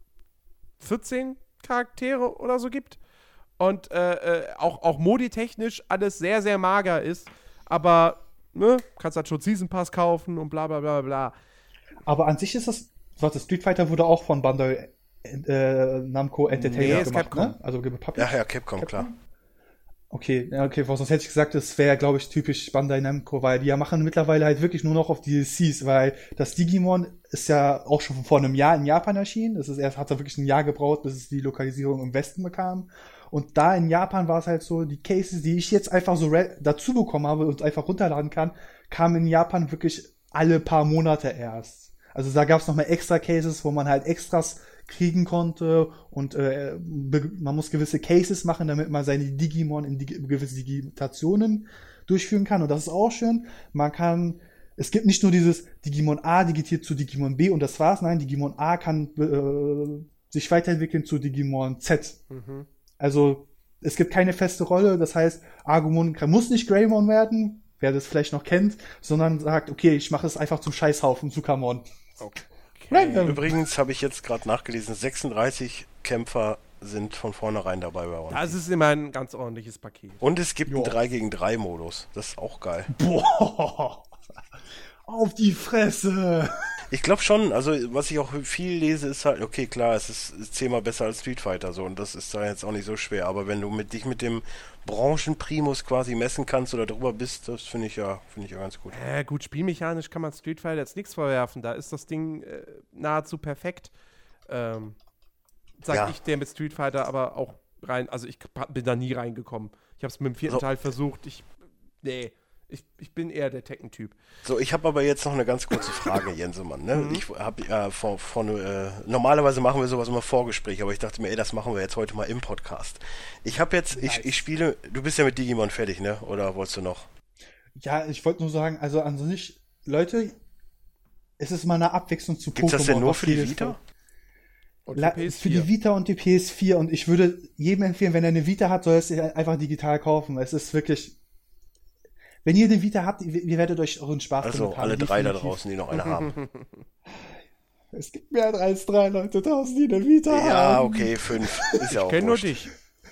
14 Charaktere oder so gibt. Und auch moditechnisch alles sehr, sehr mager ist. Aber, ne, kannst halt schon Season Pass kaufen und bla bla bla bla. Aber an sich ist das, warte, Street Fighter wurde auch von Bandai Namco Entertainment ist gemacht, Capcom. ne? Also gepublished. Ja, Capcom, klar. Okay, sonst hätte ich gesagt, das wäre, glaube ich, typisch Bandai Namco, weil die ja machen mittlerweile halt wirklich nur noch auf DLCs, weil das Digimon ist ja auch schon vor einem Jahr in Japan erschienen. Hat da wirklich ein Jahr gebraucht, bis es die Lokalisierung im Westen bekam. Und da in Japan war es halt so, die Cases, die ich jetzt einfach so dazu bekommen habe und einfach runterladen kann, kamen in Japan wirklich alle paar Monate erst. Also da gab es nochmal extra Cases, wo man halt Extras kriegen konnte und man muss gewisse Cases machen, damit man seine Digimon in gewisse Digitationen durchführen kann. Und das ist auch schön. Es gibt nicht nur dieses Digimon A digitiert zu Digimon B und das war's. Nein, Digimon A kann sich weiterentwickeln zu Digimon Z. Mhm. Also es gibt keine feste Rolle. Das heißt, Agumon muss nicht Greymon werden, wer das vielleicht noch kennt, sondern sagt, okay, ich mache es einfach zum Scheißhaufen Sukamon. Okay. Random. Übrigens habe ich jetzt gerade nachgelesen, 36 Kämpfer sind von vornherein dabei bei uns. Das ist immer ein ganz ordentliches Paket. Und es gibt einen Ja. 3-gegen-3 Modus. Das ist auch geil. Boah, auf die Fresse. Ich glaube schon, also was ich auch viel lese, ist halt, okay, klar, es ist 10-mal besser als Street Fighter, so, und das ist da jetzt auch nicht so schwer, aber wenn du dich mit dem Branchenprimus quasi messen kannst oder drüber bist, das finde ich ja ganz gut. Gut, spielmechanisch kann man Street Fighter jetzt nichts vorwerfen, da ist das Ding nahezu perfekt. Sag ich, der mit Street Fighter aber auch rein, also ich bin da nie reingekommen. Ich habe es mit dem 4. Teil versucht, ich bin eher der Tekken-Typ. So, ich habe aber jetzt noch eine ganz kurze Frage, Jensemann. Ne? Ich habe normalerweise machen wir sowas immer Vorgespräch, aber ich dachte mir, das machen wir jetzt heute mal im Podcast. Ich habe jetzt, ich spiele, du bist ja mit Digimon fertig, ne? Oder wolltest du noch? Ja, ich wollte nur sagen, also an sich, Leute, es ist mal eine Abwechslung zu Pokémon. Gibt's das denn nur für die Vita? Und für PS4. Für die Vita und die PS4, und ich würde jedem empfehlen, wenn er eine Vita hat, soll er es einfach digital kaufen. Es ist wirklich, wenn ihr eine Vita habt, ihr werdet euch euren Spaß Also damit haben. alle drei da draußen, die noch eine haben. Es gibt mehr als 3 Leute draußen, die eine Vita haben. Ja, okay, 5. Ist ja auch Ich kenne nur wurscht. dich.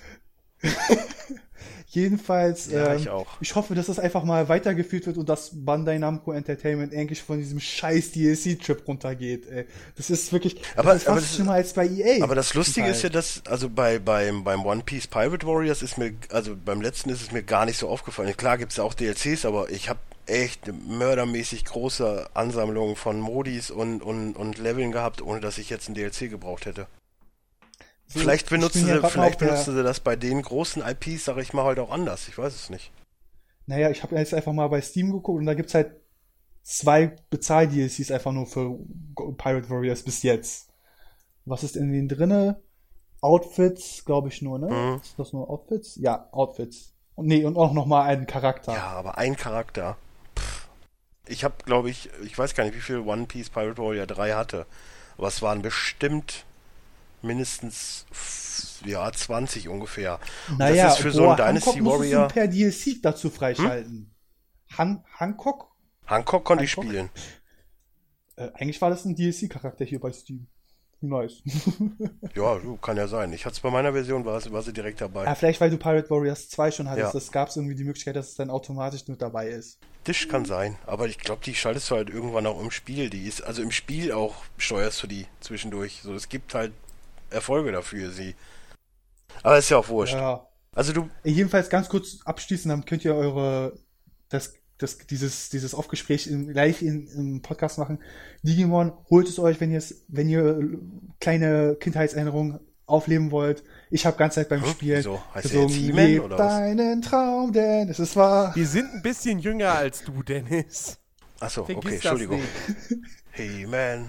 Jedenfalls, Ja, ich auch. ich hoffe, dass das einfach mal weitergeführt wird und dass Bandai Namco Entertainment endlich von diesem scheiß DLC-Trip runtergeht. Ey. Das ist wirklich, das ist fast schlimmer als bei EA. Aber das Lustige ist ja, dass, also beim One Piece Pirate Warriors ist mir, also beim letzten ist es mir gar nicht so aufgefallen. Klar gibt's ja auch DLCs, aber ich habe echt eine mördermäßig große Ansammlung von Modis und Leveln gehabt, ohne dass ich jetzt ein DLC gebraucht hätte. So, Vielleicht benutzen benutzen sie das bei den großen IPs, sag ich mal, halt auch anders. Ich weiß es nicht. Naja, ich habe jetzt einfach mal bei Steam geguckt und da gibt's halt 2 Bezahl-DLCs einfach nur für Pirate Warriors bis jetzt. Was ist in denen drinne? Outfits, glaube ich nur, ne? Mhm. Ist das nur Outfits? Ja, Outfits. Und auch nochmal einen Charakter. Ja, aber ein Charakter. Ich habe, glaube ich weiß gar nicht, wie viel One Piece Pirate Warrior 3 hatte. Aber es waren bestimmt mindestens 20 ungefähr. Und Naja, das ist für so einen Dynasty Hancock Warrior. musst du per DLC dazu freischalten. Hancock? Hancock konnte ich spielen. Eigentlich war das ein DLC-Charakter hier bei Steam. Nice. Ja, kann ja sein. Ich hatte es bei meiner Version, war sie direkt dabei. Ja, vielleicht weil du Pirate Warriors 2 schon hattest, Ja. das gab es irgendwie die Möglichkeit, dass es dann automatisch mit dabei ist. Das kann sein, aber ich glaube, die schaltest du halt irgendwann auch im Spiel. Also im Spiel auch steuerst du die zwischendurch. So, es gibt halt Erfolge dafür, sie. Aber ist ja auch wurscht. Ja. Also du, Jedenfalls ganz kurz abschließen, dann könnt ihr dieses Aufgespräch live im Podcast machen. Digimon, holt es euch, wenn ihr kleine Kindheitserinnerungen aufleben wollt. Ich habe ganze Zeit beim Spielen wieso? Heißt der jetzt gesungen, He-Man leb oder was? deinen Traum, denn es ist wahr. Wir sind ein bisschen jünger als du, Dennis. achso, Vergiss okay, das Entschuldigung. nicht. Hey man.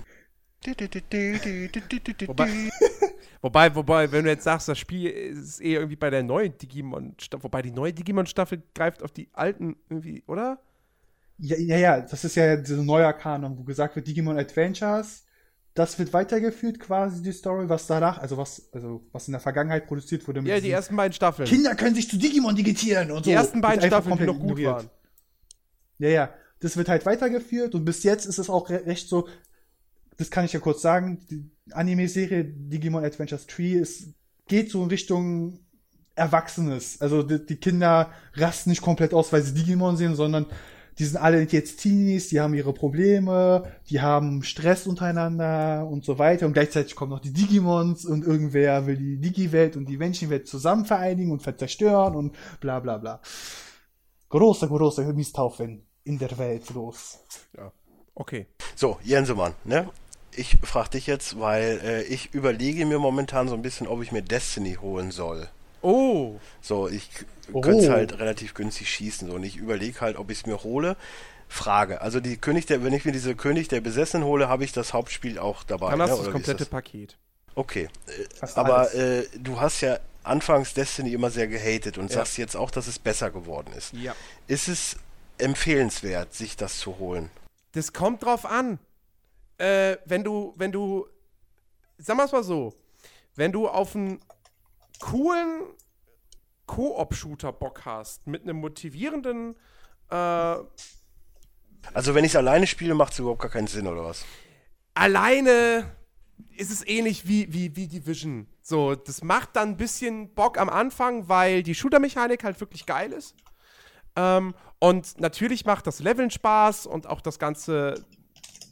Wobei, wenn du jetzt sagst, das Spiel ist eher irgendwie bei der neuen Digimon-Staffel, wobei die neue Digimon-Staffel greift auf die alten irgendwie, oder? Ja, das ist ja dieser neuer Kanon, wo gesagt wird, Digimon Adventures, das wird weitergeführt quasi, die Story, was danach, was in der Vergangenheit produziert wurde. Mit Ja, die diesen ersten beiden Staffeln. Kinder können sich zu Digimon digitieren und so. Die ersten beiden Wird einfach Staffeln, die komplett noch gut ignoriert. waren. Ja, das wird halt weitergeführt und bis jetzt ist es auch recht so, das kann ich ja kurz sagen, die Anime-Serie Digimon Adventures 3 geht so in Richtung Erwachsenes. Also die Kinder rasten nicht komplett aus, weil sie Digimon sehen, sondern die sind alle jetzt Teenies, die haben ihre Probleme, die haben Stress untereinander und so weiter. Und gleichzeitig kommen noch die Digimons und irgendwer will die Digi-Welt und die Menschenwelt zusammen vereinigen und zerstören und bla bla bla. Großer Misthaufen in der Welt los. Ja, okay. So, Jensemann, ne? Ich frage dich jetzt, weil ich überlege mir momentan so ein bisschen, ob ich mir Destiny holen soll. Oh, So, ich könnte es halt relativ günstig schießen. So, und ich überlege halt, ob ich es mir hole. Frage, also wenn ich mir diese König der Besessenen hole, habe ich das Hauptspiel auch dabei. dann hast du Oder das wie ist komplette das? Paket. Okay, Fast aber alles. du hast ja anfangs Destiny immer sehr gehatet und Ja. sagst jetzt auch, dass es besser geworden ist. Ja. Ist es empfehlenswert, sich das zu holen? Das kommt drauf an. Wenn du, sagen wir es mal so, wenn du auf einen coolen Koop-Shooter Bock hast, mit einem motivierenden, Also wenn ich es alleine spiele, macht es überhaupt gar keinen Sinn, oder was? alleine ist es ähnlich wie Division. So, das macht dann ein bisschen Bock am Anfang, weil die Shooter-Mechanik halt wirklich geil ist. Und natürlich macht das Leveln Spaß und auch das ganze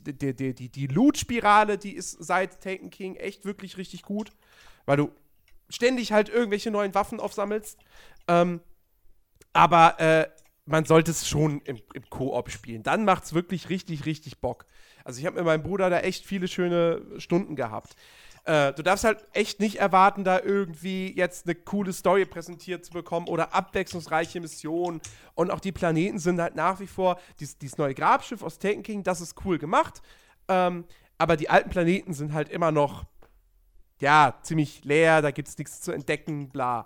die Loot-Spirale, die ist seit Taken King echt wirklich richtig gut, weil du ständig halt irgendwelche neuen Waffen aufsammelst. Aber man sollte es schon im Koop spielen. Dann macht's wirklich richtig, richtig Bock. Also ich habe mit meinem Bruder da echt viele schöne Stunden gehabt. Du darfst halt echt nicht erwarten, da irgendwie jetzt eine coole Story präsentiert zu bekommen oder abwechslungsreiche Missionen. Und auch die Planeten sind halt nach wie vor, dieses neue Grabschiff aus Taken King, das ist cool gemacht. Aber die alten Planeten sind halt immer noch, ja, ziemlich leer, da gibt's nichts zu entdecken, bla.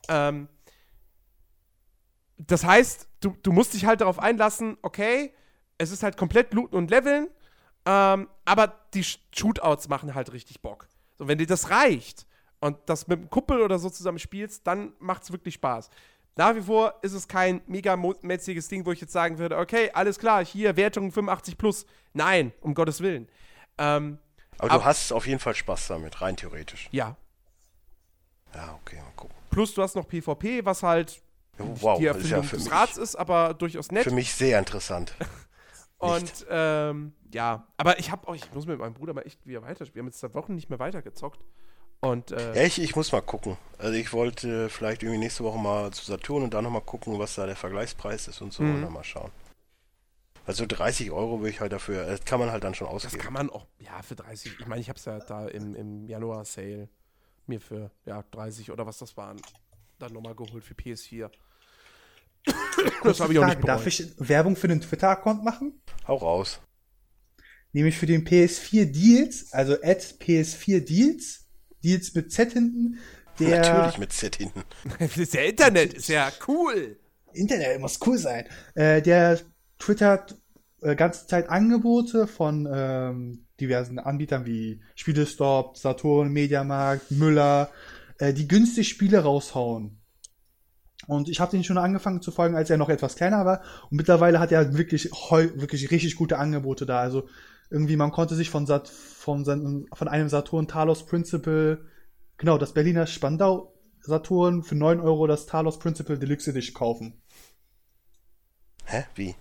Das heißt, du musst dich halt darauf einlassen, okay, es ist halt komplett looten und leveln, aber die Shootouts machen halt richtig Bock. So, wenn dir das reicht und das mit einem Kumpel oder so zusammen spielst, dann macht's wirklich Spaß. Nach wie vor ist es kein megamäßiges Ding, wo ich jetzt sagen würde, okay, alles klar, hier Wertung 85+. Nein, um Gottes Willen. Aber du hast auf jeden Fall Spaß damit, rein theoretisch. Ja. Ja, okay, mal gucken. Plus du hast noch PvP, was halt Wow, die das ist ja Erfindung des Rats ist, aber durchaus nett. für mich sehr interessant. Und ja, aber ich muss mit meinem Bruder mal echt wieder weiterspielen. Wir haben jetzt 2 Wochen nicht mehr weitergezockt. Und Ja, ich muss mal gucken. Also ich wollte vielleicht irgendwie nächste Woche mal zu Saturn und dann nochmal gucken, was da der Vergleichspreis ist und so und dann mal schauen. Also 30 € würde ich halt dafür, das kann man halt dann schon das ausgeben. kann man auch, ja, für 30. Ich meine, ich habe es ja da im Januar-Sale mir für 30 oder was das waren, dann nochmal geholt für PS4. Das habe ich auch nicht bereut. Darf ich Werbung für den Twitter-Account machen? Hau raus. Nämlich für den PS4 Deals, also @PS4 Deals, Deals mit Z hinten. Natürlich mit Z hinten. Das ist ja Internet, ist ja cool. Internet muss cool sein. Der twittert ganze Zeit Angebote von diversen Anbietern wie Spielestop, Saturn, Mediamarkt, Müller, die günstig Spiele raushauen. Und ich habe den schon angefangen zu folgen, als er noch etwas kleiner war. Und mittlerweile hat er wirklich richtig gute Angebote da. Also irgendwie, man konnte sich von einem Saturn Talos Principle, genau, das Berliner Spandau Saturn für 9 € das Talos Principle Deluxe Edition kaufen. Hä? Wie?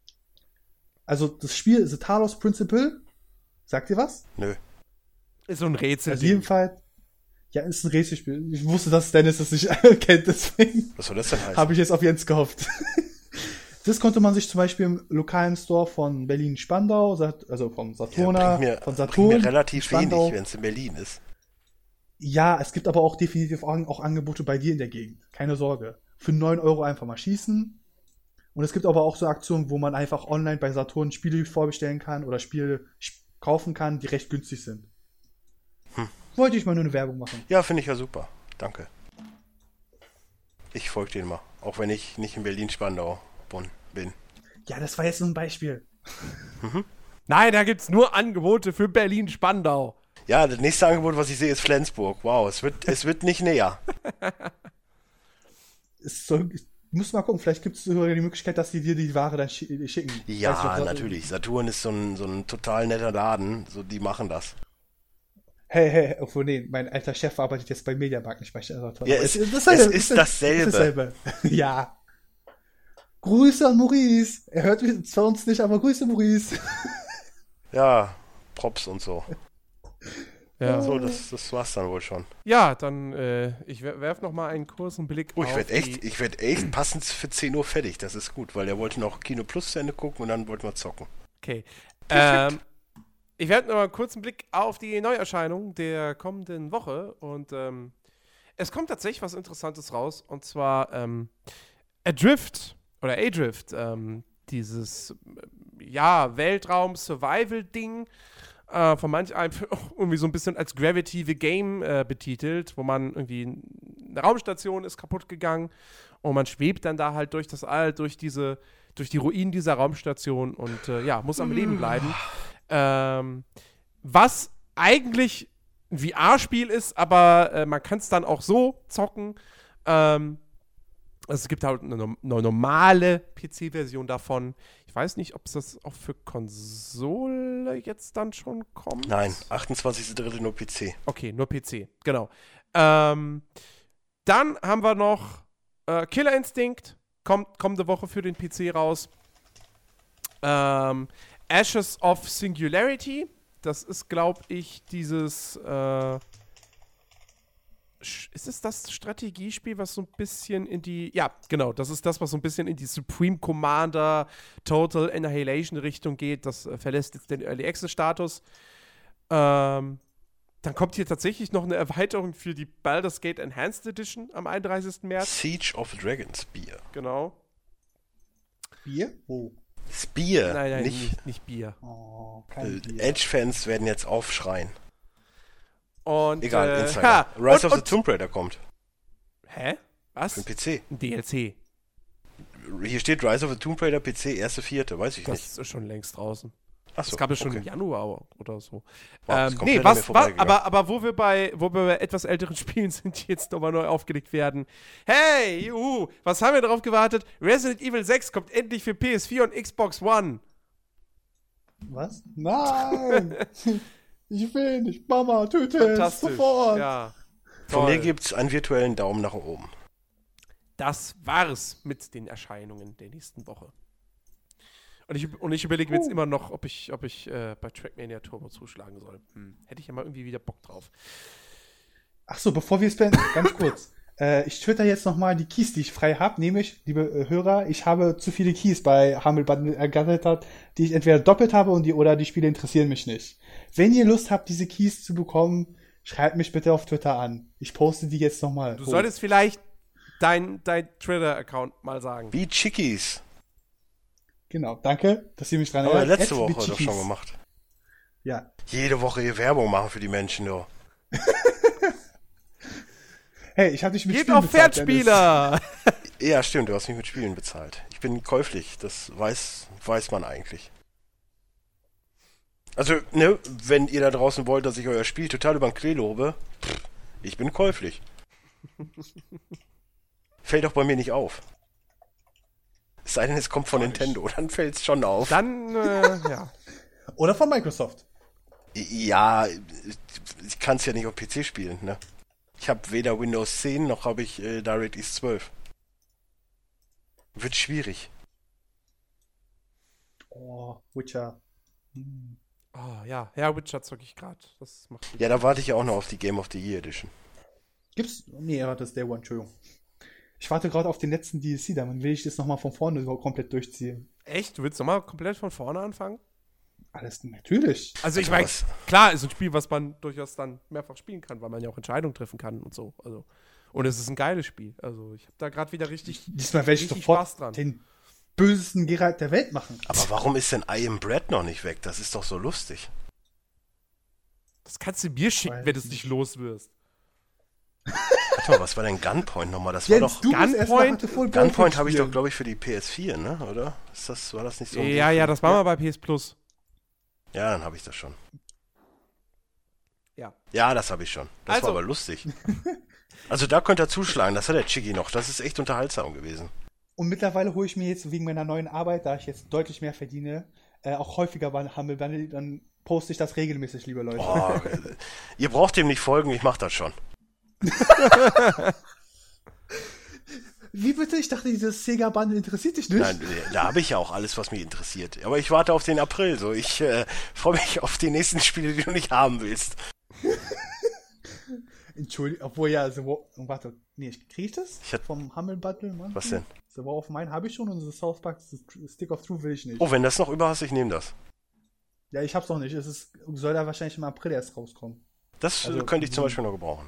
Also das Spiel The Talos Principle, sagt ihr was? Nö. Ist so ein Rätsel. Also jedenfalls, ja, ist ein Rätselspiel. Ich wusste, dass Dennis das nicht kennt, deswegen Was soll das denn heißen? habe ich jetzt auf Jens gehofft. Das konnte man sich zum Beispiel im lokalen Store von Berlin-Spandau, also von Saturna, von Saturn. Bringt mir relativ Spandau. wenig, wenn es in Berlin ist. Ja, es gibt aber auch definitiv auch Angebote bei dir in der Gegend. Keine Sorge. Für 9 € einfach mal schießen. Und es gibt aber auch so Aktionen, wo man einfach online bei Saturn Spiele vorbestellen kann oder Spiele kaufen kann, die recht günstig sind. Wollte ich mal nur eine Werbung machen. Ja, finde ich ja super. Danke. Ich folge denen mal. Auch wenn ich nicht in Berlin-Spandau bin. Ja, das war jetzt nur ein Beispiel. Nein, da gibt's nur Angebote für Berlin-Spandau. Ja, das nächste Angebot, was ich sehe, ist Flensburg. Wow, es wird nicht näher. Muss mal gucken, vielleicht gibt es sogar die Möglichkeit, dass die dir die Ware dann schicken. Ja, natürlich. Saturn ist so ein total netter Laden. So, die machen das. Hey, obwohl, nee, mein alter Chef arbeitet jetzt bei Mediamarkt, nicht bei Saturn. Ja, es ist dasselbe. Ja. Grüße an Maurice. Er hört zwar uns nicht, aber Grüße, Maurice. Ja, Props und so. Ja. So, das war's dann wohl schon. Ja, dann, ich werf noch mal einen kurzen Blick Oh, auf ich werd echt passend für 10 Uhr fertig. Das ist gut, weil der wollte noch Kino Plus zu Ende gucken und dann wollten wir zocken. Okay. Ich werde noch mal einen kurzen Blick auf die Neuerscheinung der kommenden Woche und es kommt tatsächlich was Interessantes raus und zwar Adrift, dieses Weltraum-Survival-Ding, von manch einem auch irgendwie so ein bisschen als Gravity the Game betitelt, wo man irgendwie eine Raumstation ist kaputt gegangen und man schwebt dann da halt durch das All, durch die Ruinen dieser Raumstation und muss am Leben bleiben. Was eigentlich ein VR-Spiel ist, aber man kann es dann auch so zocken. Also es gibt halt eine normale PC-Version davon. Ich weiß nicht, ob es das auch für Konsole jetzt dann schon kommt. Nein, 28.3. nur PC. Okay, nur PC, genau. Dann haben wir noch Killer Instinct, kommt kommende Woche für den PC raus. Ashes of Singularity. Das ist, glaube ich, dieses ist es das Strategiespiel, was so ein bisschen in die, ja, genau, das ist das, was so ein bisschen in die Supreme Commander Total Annihilation Richtung geht. Das verlässt jetzt den Early Access Status. Dann kommt hier tatsächlich noch eine Erweiterung für die Baldur's Gate Enhanced Edition am 31. März. Siege of Dragons Bier. Genau. Bier? Wo? Spear, Nein, nicht nicht Bier. Oh, kein Bier. Edge-Fans werden jetzt aufschreien. Und, Egal, Insider. Rise of the Tomb Raider kommt. Hä? Was? Für den PC. Ein DLC. Hier steht Rise of the Tomb Raider PC, 1.4., weiß ich Das nicht. ist schon längst draußen. Achso, Das gab es schon okay. im Januar oder so. Wow, ist komplett Nee, an was, mir vorbeigegangen. aber wo wir bei etwas älteren Spielen sind, die jetzt nochmal neu aufgelegt werden. Hey, juhu, was haben wir darauf gewartet? Resident Evil 6 kommt endlich für PS4 und Xbox One. Was? Nein! Ich will nicht. Mama, töte es Fantastisch. sofort. Ja. Von Toll. mir gibt's einen virtuellen Daumen nach oben. Das war's mit den Erscheinungen der nächsten Woche. Und ich überlege mir jetzt immer noch, ob ich bei Trackmania Turbo zuschlagen soll. Hätte ich ja mal irgendwie wieder Bock drauf. Achso, bevor wir es beenden, ganz kurz. Ich twitter jetzt nochmal die Keys, die ich frei habe. Nämlich, liebe Hörer, ich habe zu viele Keys bei Humble Bundle ergattert, die ich entweder doppelt habe oder die Spiele interessieren mich nicht. Wenn ihr Lust habt, diese Keys zu bekommen, schreibt mich bitte auf Twitter an. Ich poste die jetzt nochmal. Du solltest vielleicht dein Twitter-Account mal sagen. Wie Chickies. Genau, danke, dass ihr mich dran Aber erinnert. letzte Woche Chickies. doch schon gemacht. Ja. Jede Woche hier Werbung machen für die Menschen, du. Hey, ich habe dich mit Geht Spielen auf bezahlt, Pferdspieler! Ja, stimmt, du hast mich mit Spielen bezahlt. Ich bin käuflich, das weiß man eigentlich. Also, ne, wenn ihr da draußen wollt, dass ich euer Spiel total über den Klee lobe, ich bin käuflich. Fällt doch bei mir nicht auf. Es sei denn, es kommt von Nintendo, dann fällt es schon auf. Dann, ja. Oder von Microsoft. Ja, ich kann es ja nicht auf PC spielen, ne? Ich habe weder Windows 10 noch habe ich DirectX 12. Wird schwierig. Oh, Witcher. Oh, ja, Witcher zocke ich gerade. Das macht Ja, da warte ich ja auch noch auf die Game of the Year Edition. Gibt's? Nee, warte, das ist Day One, Entschuldigung. Ich warte gerade auf den letzten DLC, dann will ich das nochmal von vorne komplett durchziehen. Echt? Du willst nochmal komplett von vorne anfangen? Alles natürlich. Also ich Also meine, was? klar, ist ein Spiel, was man durchaus dann mehrfach spielen kann, weil man ja auch Entscheidungen treffen kann und so. Also, und es ist ein geiles Spiel. Also ich habe da gerade wieder richtig Diesmal werde ich richtig Spaß sofort dran. den bösesten Geralt der Welt machen. Aber warum ist denn I Am Bread noch nicht weg? Das ist doch so lustig. Das kannst du mir schicken, Weiß wenn du es nicht. nicht los wirst. Warte mal, was war denn Gunpoint nochmal? Das war Jens, doch... du bist erst Gunpoint- mal heute voll Gunpoint habe ich doch, spielen. glaube ich, für die PS4, ne? Oder? War das nicht so? ein Ja, Ding? ja, das war mal bei PS Plus. Ja, dann habe ich das schon. Ja. Ja, das habe ich schon. Das Also. war aber lustig. Also da könnt ihr zuschlagen, das hat der Chicky noch. Das ist echt unterhaltsam gewesen. Und mittlerweile hole ich mir jetzt wegen meiner neuen Arbeit, da ich jetzt deutlich mehr verdiene, auch häufiger bei Humble Bundle, dann poste ich das regelmäßig, liebe Leute. Oh, ihr braucht dem nicht folgen, ich mach das schon. Wie bitte? Ich dachte, dieses Sega Bundle interessiert dich nicht. Nein, da habe ich ja auch alles, was mich interessiert. Aber ich warte auf den April. So, ich freue mich auf die nächsten Spiele, die du nicht haben willst. Entschuldigung, obwohl ja, warte, nee, kriege ich das? Ich hatte- Vom Humble Bundle, Mann? Was denn? The War of Mine habe ich schon und The South Park Stick of Truth will ich nicht. Oh, wenn das noch über hast, ich nehme das. Ja, ich hab's noch nicht. Soll da wahrscheinlich im April erst rauskommen. Das Also, könnte ich zum Beispiel noch gebrauchen.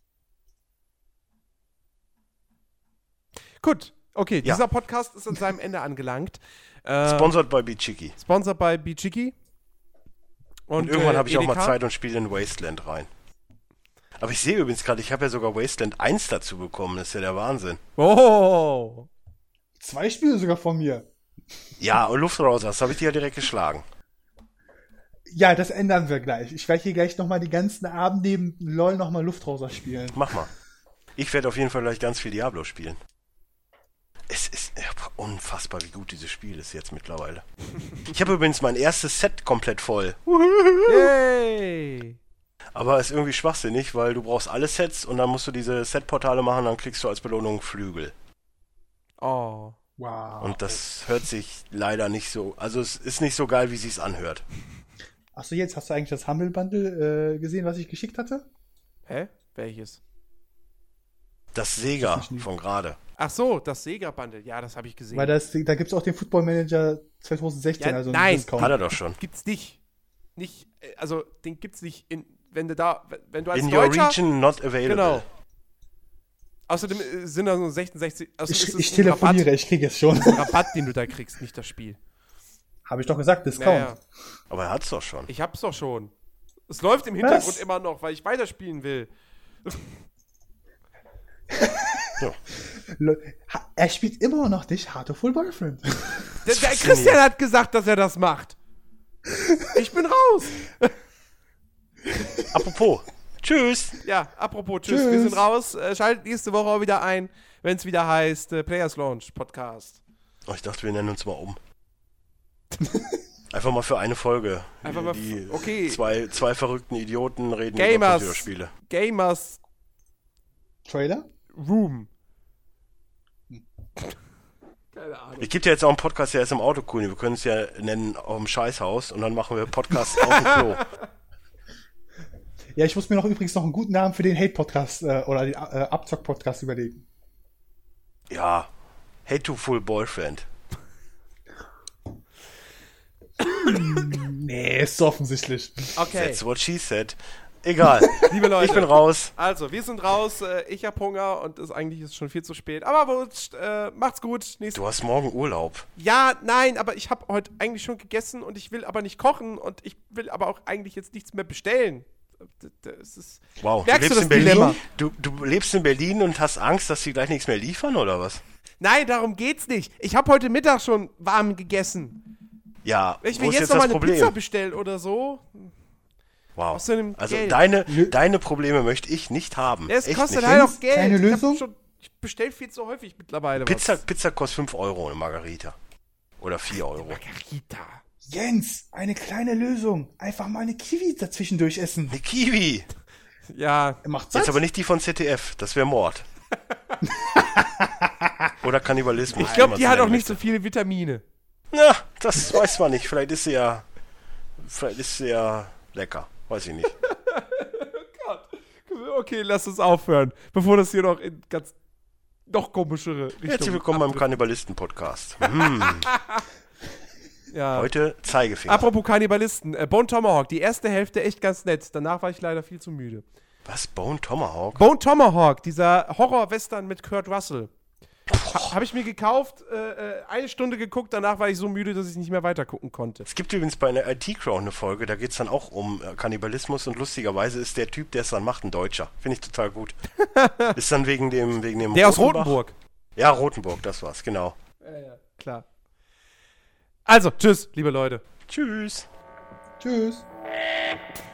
Gut, okay, Ja. dieser Podcast ist an seinem Ende angelangt. Sponsored by Bichiki. Sponsored by Bichiki. Und irgendwann habe ich auch mal Edeka. Zeit und spiele in Wasteland rein. Aber ich sehe übrigens gerade, ich habe ja sogar Wasteland 1 dazu bekommen. Das ist ja der Wahnsinn. Oh, 2 Spiele sogar von mir. Ja, und Luftrauser, das habe ich dir ja direkt geschlagen. Ja, das ändern wir gleich. Ich werde hier gleich nochmal die ganzen Abend neben LOL nochmal Luftrauser spielen. Mach mal. Ich werde auf jeden Fall gleich ganz viel Diablo spielen. Es ist unfassbar, wie gut dieses Spiel ist jetzt mittlerweile. Ich habe übrigens mein erstes Set komplett voll. yay! Aber ist irgendwie schwachsinnig, weil du brauchst alle Sets und dann musst du diese Set-Portale machen, dann kriegst du als Belohnung Flügel. Oh, Wow. Und das hört sich leider nicht so, also es ist nicht so geil, wie sich's anhört. Achso, jetzt hast du eigentlich das Humble Bundle gesehen, was ich geschickt hatte? Hä? Welches? Das Sega von gerade. Ach so, das Sega-Bundle. Ja, das habe ich gesehen. Weil da gibt es auch den Football Manager 2016, Ja, also einen nein. Discount. Hat er doch schon. Gibt's nicht. Nicht, also den gibt's nicht wenn du als In your Deutscher, region not available. genau. Außerdem sind da so 66, außerdem Ich telefoniere, ich kriege es schon. Rabatt, den du da kriegst, nicht das Spiel. Habe ich doch gesagt, Discount. Naja, Aber er hat's doch schon. ich hab's doch schon. Es läuft im Hintergrund Was? immer noch, weil ich weiterspielen will. Er spielt immer noch nicht Heartful Boyfriend. Der Christian hat gesagt, dass er das macht. Ich bin raus. Apropos, tschüss. Ja, apropos, tschüss. Tschüss. Wir sind raus. Schaltet nächste Woche auch wieder ein, wenn es wieder heißt Players Launch Podcast. Oh, ich dachte, wir nennen uns mal um. Einfach mal für eine Folge. Einfach mal die okay. zwei verrückten Idioten reden über Gamers. Computerspiele. Gamers Trailer? Room. Keine Ahnung. Es gibt ja jetzt auch einen Podcast, der ist im Auto cool. Wir können es ja nennen auf dem Scheißhaus und dann machen wir Podcast auf dem Klo. Ja, ich muss mir übrigens noch einen guten Namen für den Hate-Podcast oder den Abzock-Podcast überlegen. Ja, Hateful Boyfriend. Nee, ist so offensichtlich. Okay, That's what she said. Egal. liebe Leute. Ich bin raus. Also, wir sind raus. Ich hab Hunger und eigentlich ist es schon viel zu spät. Aber wurscht, macht's gut. Du hast morgen Urlaub. Ja, nein, aber ich habe heute eigentlich schon gegessen und ich will aber nicht kochen und ich will aber auch eigentlich jetzt nichts mehr bestellen. Das ist, Wow, merkst du du lebst das in Berlin? Dilemma? Du lebst in Berlin und hast Angst, dass sie gleich nichts mehr liefern, oder was? Nein, darum geht's nicht. Ich habe heute Mittag schon warm gegessen. Ja, Wenn ich wo mir ist jetzt jetzt noch mal das eine Problem? Pizza bestelle oder so. Wow. Aus dem Also Geld. deine Probleme möchte ich nicht haben. Es Echt kostet nicht. halt auch Geld. Keine Lösung? Ich bestelle viel zu häufig mittlerweile Pizza kostet 5 Euro eine Margarita. Oder 4 Euro. Margarita. Jens, eine kleine Lösung. Einfach mal eine Kiwi dazwischendurch essen. Eine Kiwi. Ja, Macht Jetzt Satz. aber nicht die von ZDF. Das wäre Mord. Oder Kannibalismus. ich glaube, wie die man hat es auch nennen nicht so viele Vitamine. möchte. Na, das weiß man nicht. Vielleicht ist sie ja lecker. Weiß ich nicht. Okay, lass uns aufhören, bevor das hier noch in ganz noch komischere Richtung Herzlich willkommen beim abdriftet. Kannibalisten-Podcast. Ja. Heute Zeigefinger. Apropos Kannibalisten, Bone Tomahawk, die erste Hälfte echt ganz nett. Danach war ich leider viel zu müde. Was? Bone Tomahawk? Bone Tomahawk, dieser Horror-Western mit Kurt Russell. Habe ich mir gekauft, eine Stunde geguckt, danach war ich so müde, dass ich nicht mehr weitergucken konnte. Es gibt übrigens bei einer IT-Crown eine Folge, da geht es dann auch um Kannibalismus und lustigerweise ist der Typ, der es dann macht, ein Deutscher. Finde ich total gut. Ist dann wegen dem Der aus Rotenbach. Rotenburg. Ja, Rotenburg, das war's, genau. Ja, klar. Also, tschüss, liebe Leute. Tschüss. Tschüss.